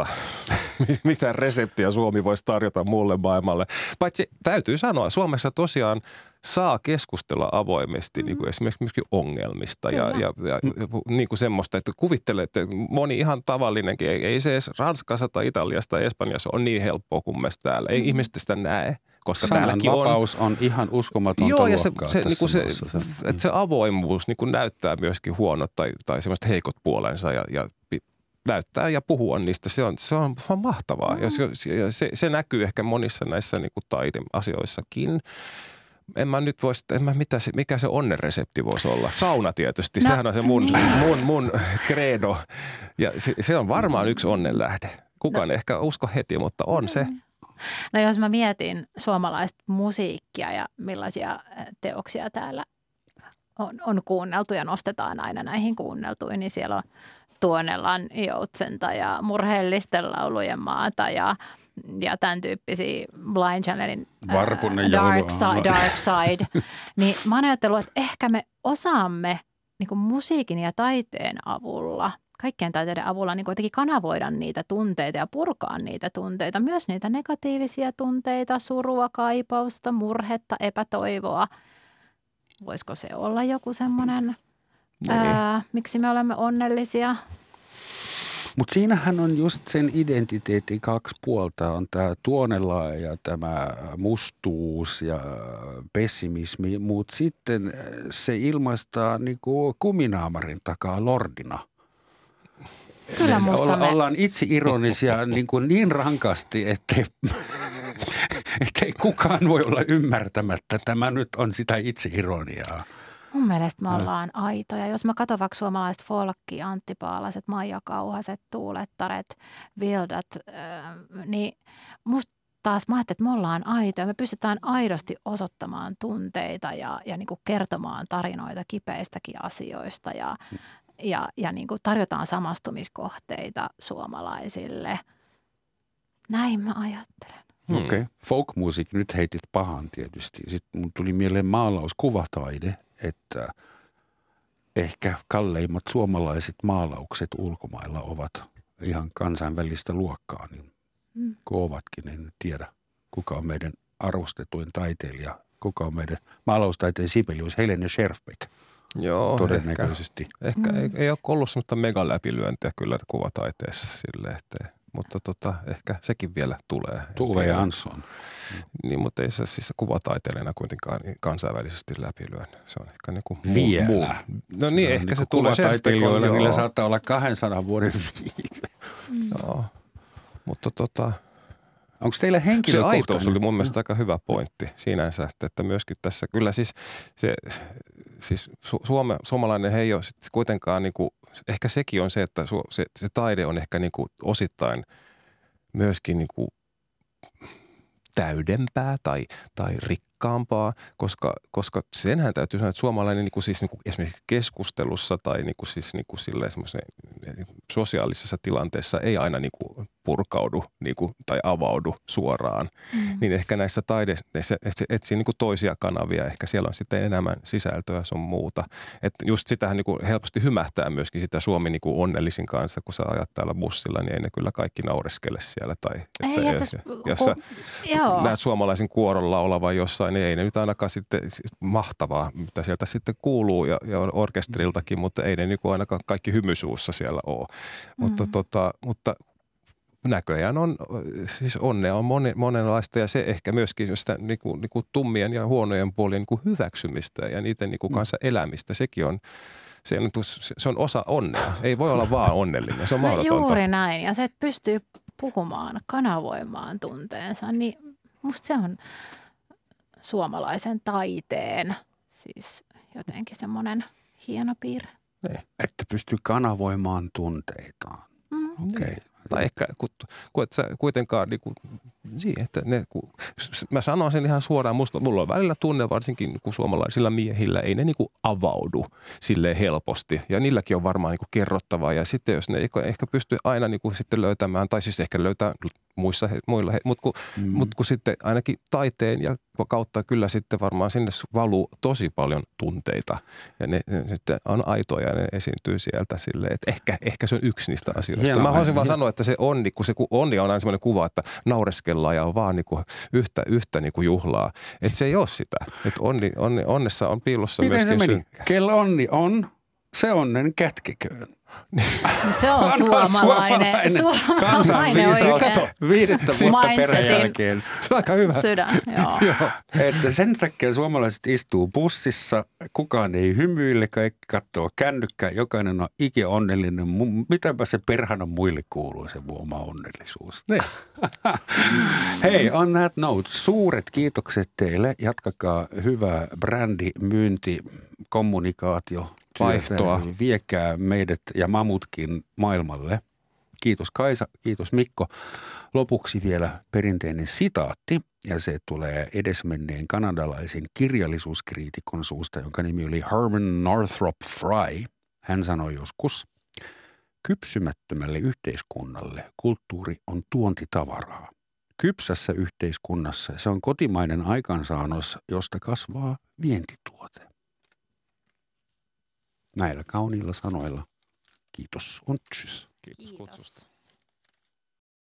mitä reseptiä Suomi voisi tarjota muulle maailmalle. Paitsi täytyy sanoa, Suomessa tosiaan saa keskustella avoimesti niin kuin esimerkiksi myöskin ongelmista ja, ja, ja niin kuin semmoista, että kuvittelee, että moni ihan tavallinenkin, ei, ei se edes Ranskassa tai Italiassa tai Espanjassa on niin helppoa kuin me täällä. Ei mm. ihmiset sitä näe. Koska täälläkin on vapaus on ihan uskomatonta Joo, ja se, luokkaa se, niin se, maassa. että se avoimuus niin kuin näyttää myöskin huonot tai, tai semmoiset heikot puolensa ja, ja näyttää ja puhua niistä. Se on, se on, se on mahtavaa. Mm. Ja se, ja se, se näkyy ehkä monissa näissä niin kuin taideasioissakin. En mä nyt voisi, en mä mitä se, mikä se onnenresepti voisi olla. Sauna tietysti, no, sehän on se mun, niin. mun, mun credo. Ja se, se on varmaan yksi onnenlähde. Kukaan no. ehkä usko heti, mutta on no. se. No jos mä mietin suomalaista musiikkia ja millaisia teoksia täällä on, on kuunneltu ja nostetaan aina näihin kuunneltuihin, niin siellä on Tuonelan Joutsenta ja Murheellisten laulujen maata ja, ja tämän tyyppisiä Blind Channelin Varpunen Dark, si- Dark Side. Niin mä oon ajatellut, että ehkä me osaamme niin kuin musiikin ja taiteen avulla – kaikkien taiteiden avulla niin kuitenkin kanavoida niitä tunteita ja purkaa niitä tunteita, myös niitä negatiivisia tunteita, surua, kaipausta, murhetta, epätoivoa. Voisiko se olla joku semmoinen, ää, miksi me olemme onnellisia? Mutta siinähän on just sen identiteetin kaksi puolta. On tämä Tuonela ja tämä mustuus ja pessimismi, mutta sitten se ilmaistaan niinku kuminaamarin takaa lordina. Kyllä musta me... Ollaan itse ironisia niin, kuin niin rankasti, ettei, ettei kukaan voi olla ymmärtämättä. Tämä nyt on sitä itse ironiaa. Mun mielestä me ollaan aitoja. Jos mä katson vaikka suomalaiset folkkia, Antti Paalaset, Maija Kauhaset, Tuulettaret, Vildat, äh, niin musta taas mä ajattelin, että me ollaan aitoja. Me pystytään aidosti osoittamaan tunteita ja, ja niin kuin kertomaan tarinoita kipeistäkin asioista ja Ja, ja niin kuin tarjotaan samastumiskohteita suomalaisille. Näin mä ajattelen. Hmm. Okei. Okay. Folk-musiikki, nyt heitit pahan tietysti. Sitten mun tuli mieleen maalaus, kuvataide, että ehkä kalleimmat suomalaiset maalaukset ulkomailla ovat ihan kansainvälistä luokkaa. Niin hmm. kun ovatkin, en tiedä kuka on meidän arvostetuin taiteilija, kuka on meidän maalaustaiteen sibelius, Helene Scherfbeck. Joo, todennäköisesti. Ehkä, ehkä mm. ei, ei ole ollut sellaista megaläpilyöntiä kyllä kuvataiteessa sille, että, mutta tota, ehkä sekin vielä tulee. Tuve ja Anson. Niin, mutta ei se siis kuvataiteilijana kuitenkaan kansainvälisesti läpilyön. Se on ehkä niin kuin vielä. Muu. No niin, se ehkä niin se tulee. Kuvataiteilijoilla niillä saattaa olla kahdensadan vuoden viive. Mm. Joo, mutta tota... Onko teillä henkilökohtainen? Se aitous oli mun mielestä aika hyvä pointti siinänsä, että myöskin tässä kyllä siis se... Siis su- suome, suomalainen ei ole sit kuitenkaan, niinku, ehkä sekin on se, että su- se, se taide on ehkä niinku osittain myöskin niinku täydempää tai, tai rikkaampaa, koska, koska senhän täytyy sanoa, että suomalainen niinku siis niinku esimerkiksi keskustelussa tai niinku siis niinku sosiaalisessa tilanteessa ei aina niinku purkaudu niinku, tai avaudu suoraan. Mm. Niin ehkä näissä taide, se etsii niinku toisia kanavia, ehkä siellä on sitten enemmän sisältöä sun muuta. Että just sitähän niinku helposti hymähtää myöskin sitä Suomi niinku onnellisin kanssa, kun sä ajat täällä bussilla, niin ei ne kyllä kaikki naureskele siellä. Tai, että ei, jos, jos sä näet suomalaisen kuorolla olevan jossain, niin ei ne nyt ainakaan sitten mahtavaa, mitä sieltä sitten kuuluu ja, ja orkesteriltakin, mutta ei ne niinku ainakaan kaikki hymysuussa siellä ole. Mm. Mutta, tota, mutta näköjään on, siis onnea on monen, monenlaista ja se ehkä myöskin sitä niinku, niinku tummien ja huonojen puolien niinku hyväksymistä ja niiden niinku kanssa elämistä. Sekin on, Se on, se on osa onnea. Ei voi olla vaan onnellinen. Se on mahdotonta. No juuri näin. Ja se, että pystyy puhumaan, kanavoimaan tunteensa, niin musta se on suomalaisen taiteen siis jotenkin semmoinen hieno piirre. Ei. Että pystyy kanavoimaan tunteitaan. Mm. Okei. Okay. Tai ehkä kun, kun et sä kuitenkaan, niin kuin, siihen, että ne, kun, mä sanon sen ihan suoraan, musta, mulla on välillä tunne varsinkin niin kuin suomalaisilla miehillä, ei ne niin kuin avaudu silleen helposti. Ja niilläkin on varmaan niin kuin kerrottavaa. Ja sitten jos ne ehkä pystyy aina niin kuin sitten löytämään, tai siis ehkä löytää muissa, muilla, mutta kun, mm. mut kun sitten ainakin taiteen ja kautta kyllä sitten varmaan sinne valuu tosi paljon tunteita. Ja ne, ne sitten on aitoja ja ne esiintyy sieltä silleen, että ehkä, ehkä se on yksi niistä asioista. Hieno, mä haluaisin vaan sanoa, että se onni, kun se onni on aina semmoinen kuva, että naureskellaan ja on vaan niin kuin yhtä, yhtä niin kuin juhlaa. Että se ei ole sitä. Että onni, onni, onnessa on piilossa miten myöskin se meni? synkkä. Kellä onni on, se onnen kätkeköön. Se on suomalainen, suomalainen oikein. Viidettä vuotta perheen jälkeen. Se on aika hyvä. Sydän, joo. Joo. Että sen takia suomalaiset istuu bussissa, kukaan ei hymyile, kaikki katsoo kännykkää, jokainen on ikionnellinen. Mitäpä se perhana muille kuuluu, se oma onnellisuus. Ne. Hei, on that note, suuret kiitokset teille. Jatkakaa hyvää brändi, myynti, kommunikaatio. Vaihtoa. Viekää meidät ja mamutkin maailmalle. Kiitos Kaisa, kiitos Mikko. Lopuksi vielä perinteinen sitaatti, ja se tulee edesmenneen kanadalaisen kirjallisuuskriitikon suusta, jonka nimi oli Herman Northrop Frye. Hän sanoi joskus, kypsymättömälle yhteiskunnalle kulttuuri on tuontitavaraa. Kypsässä yhteiskunnassa se on kotimainen aikaansaannos, josta kasvaa vientituote. Näillä kauniilla sanoilla kiitos und tschüss. Kiitos kutsusta.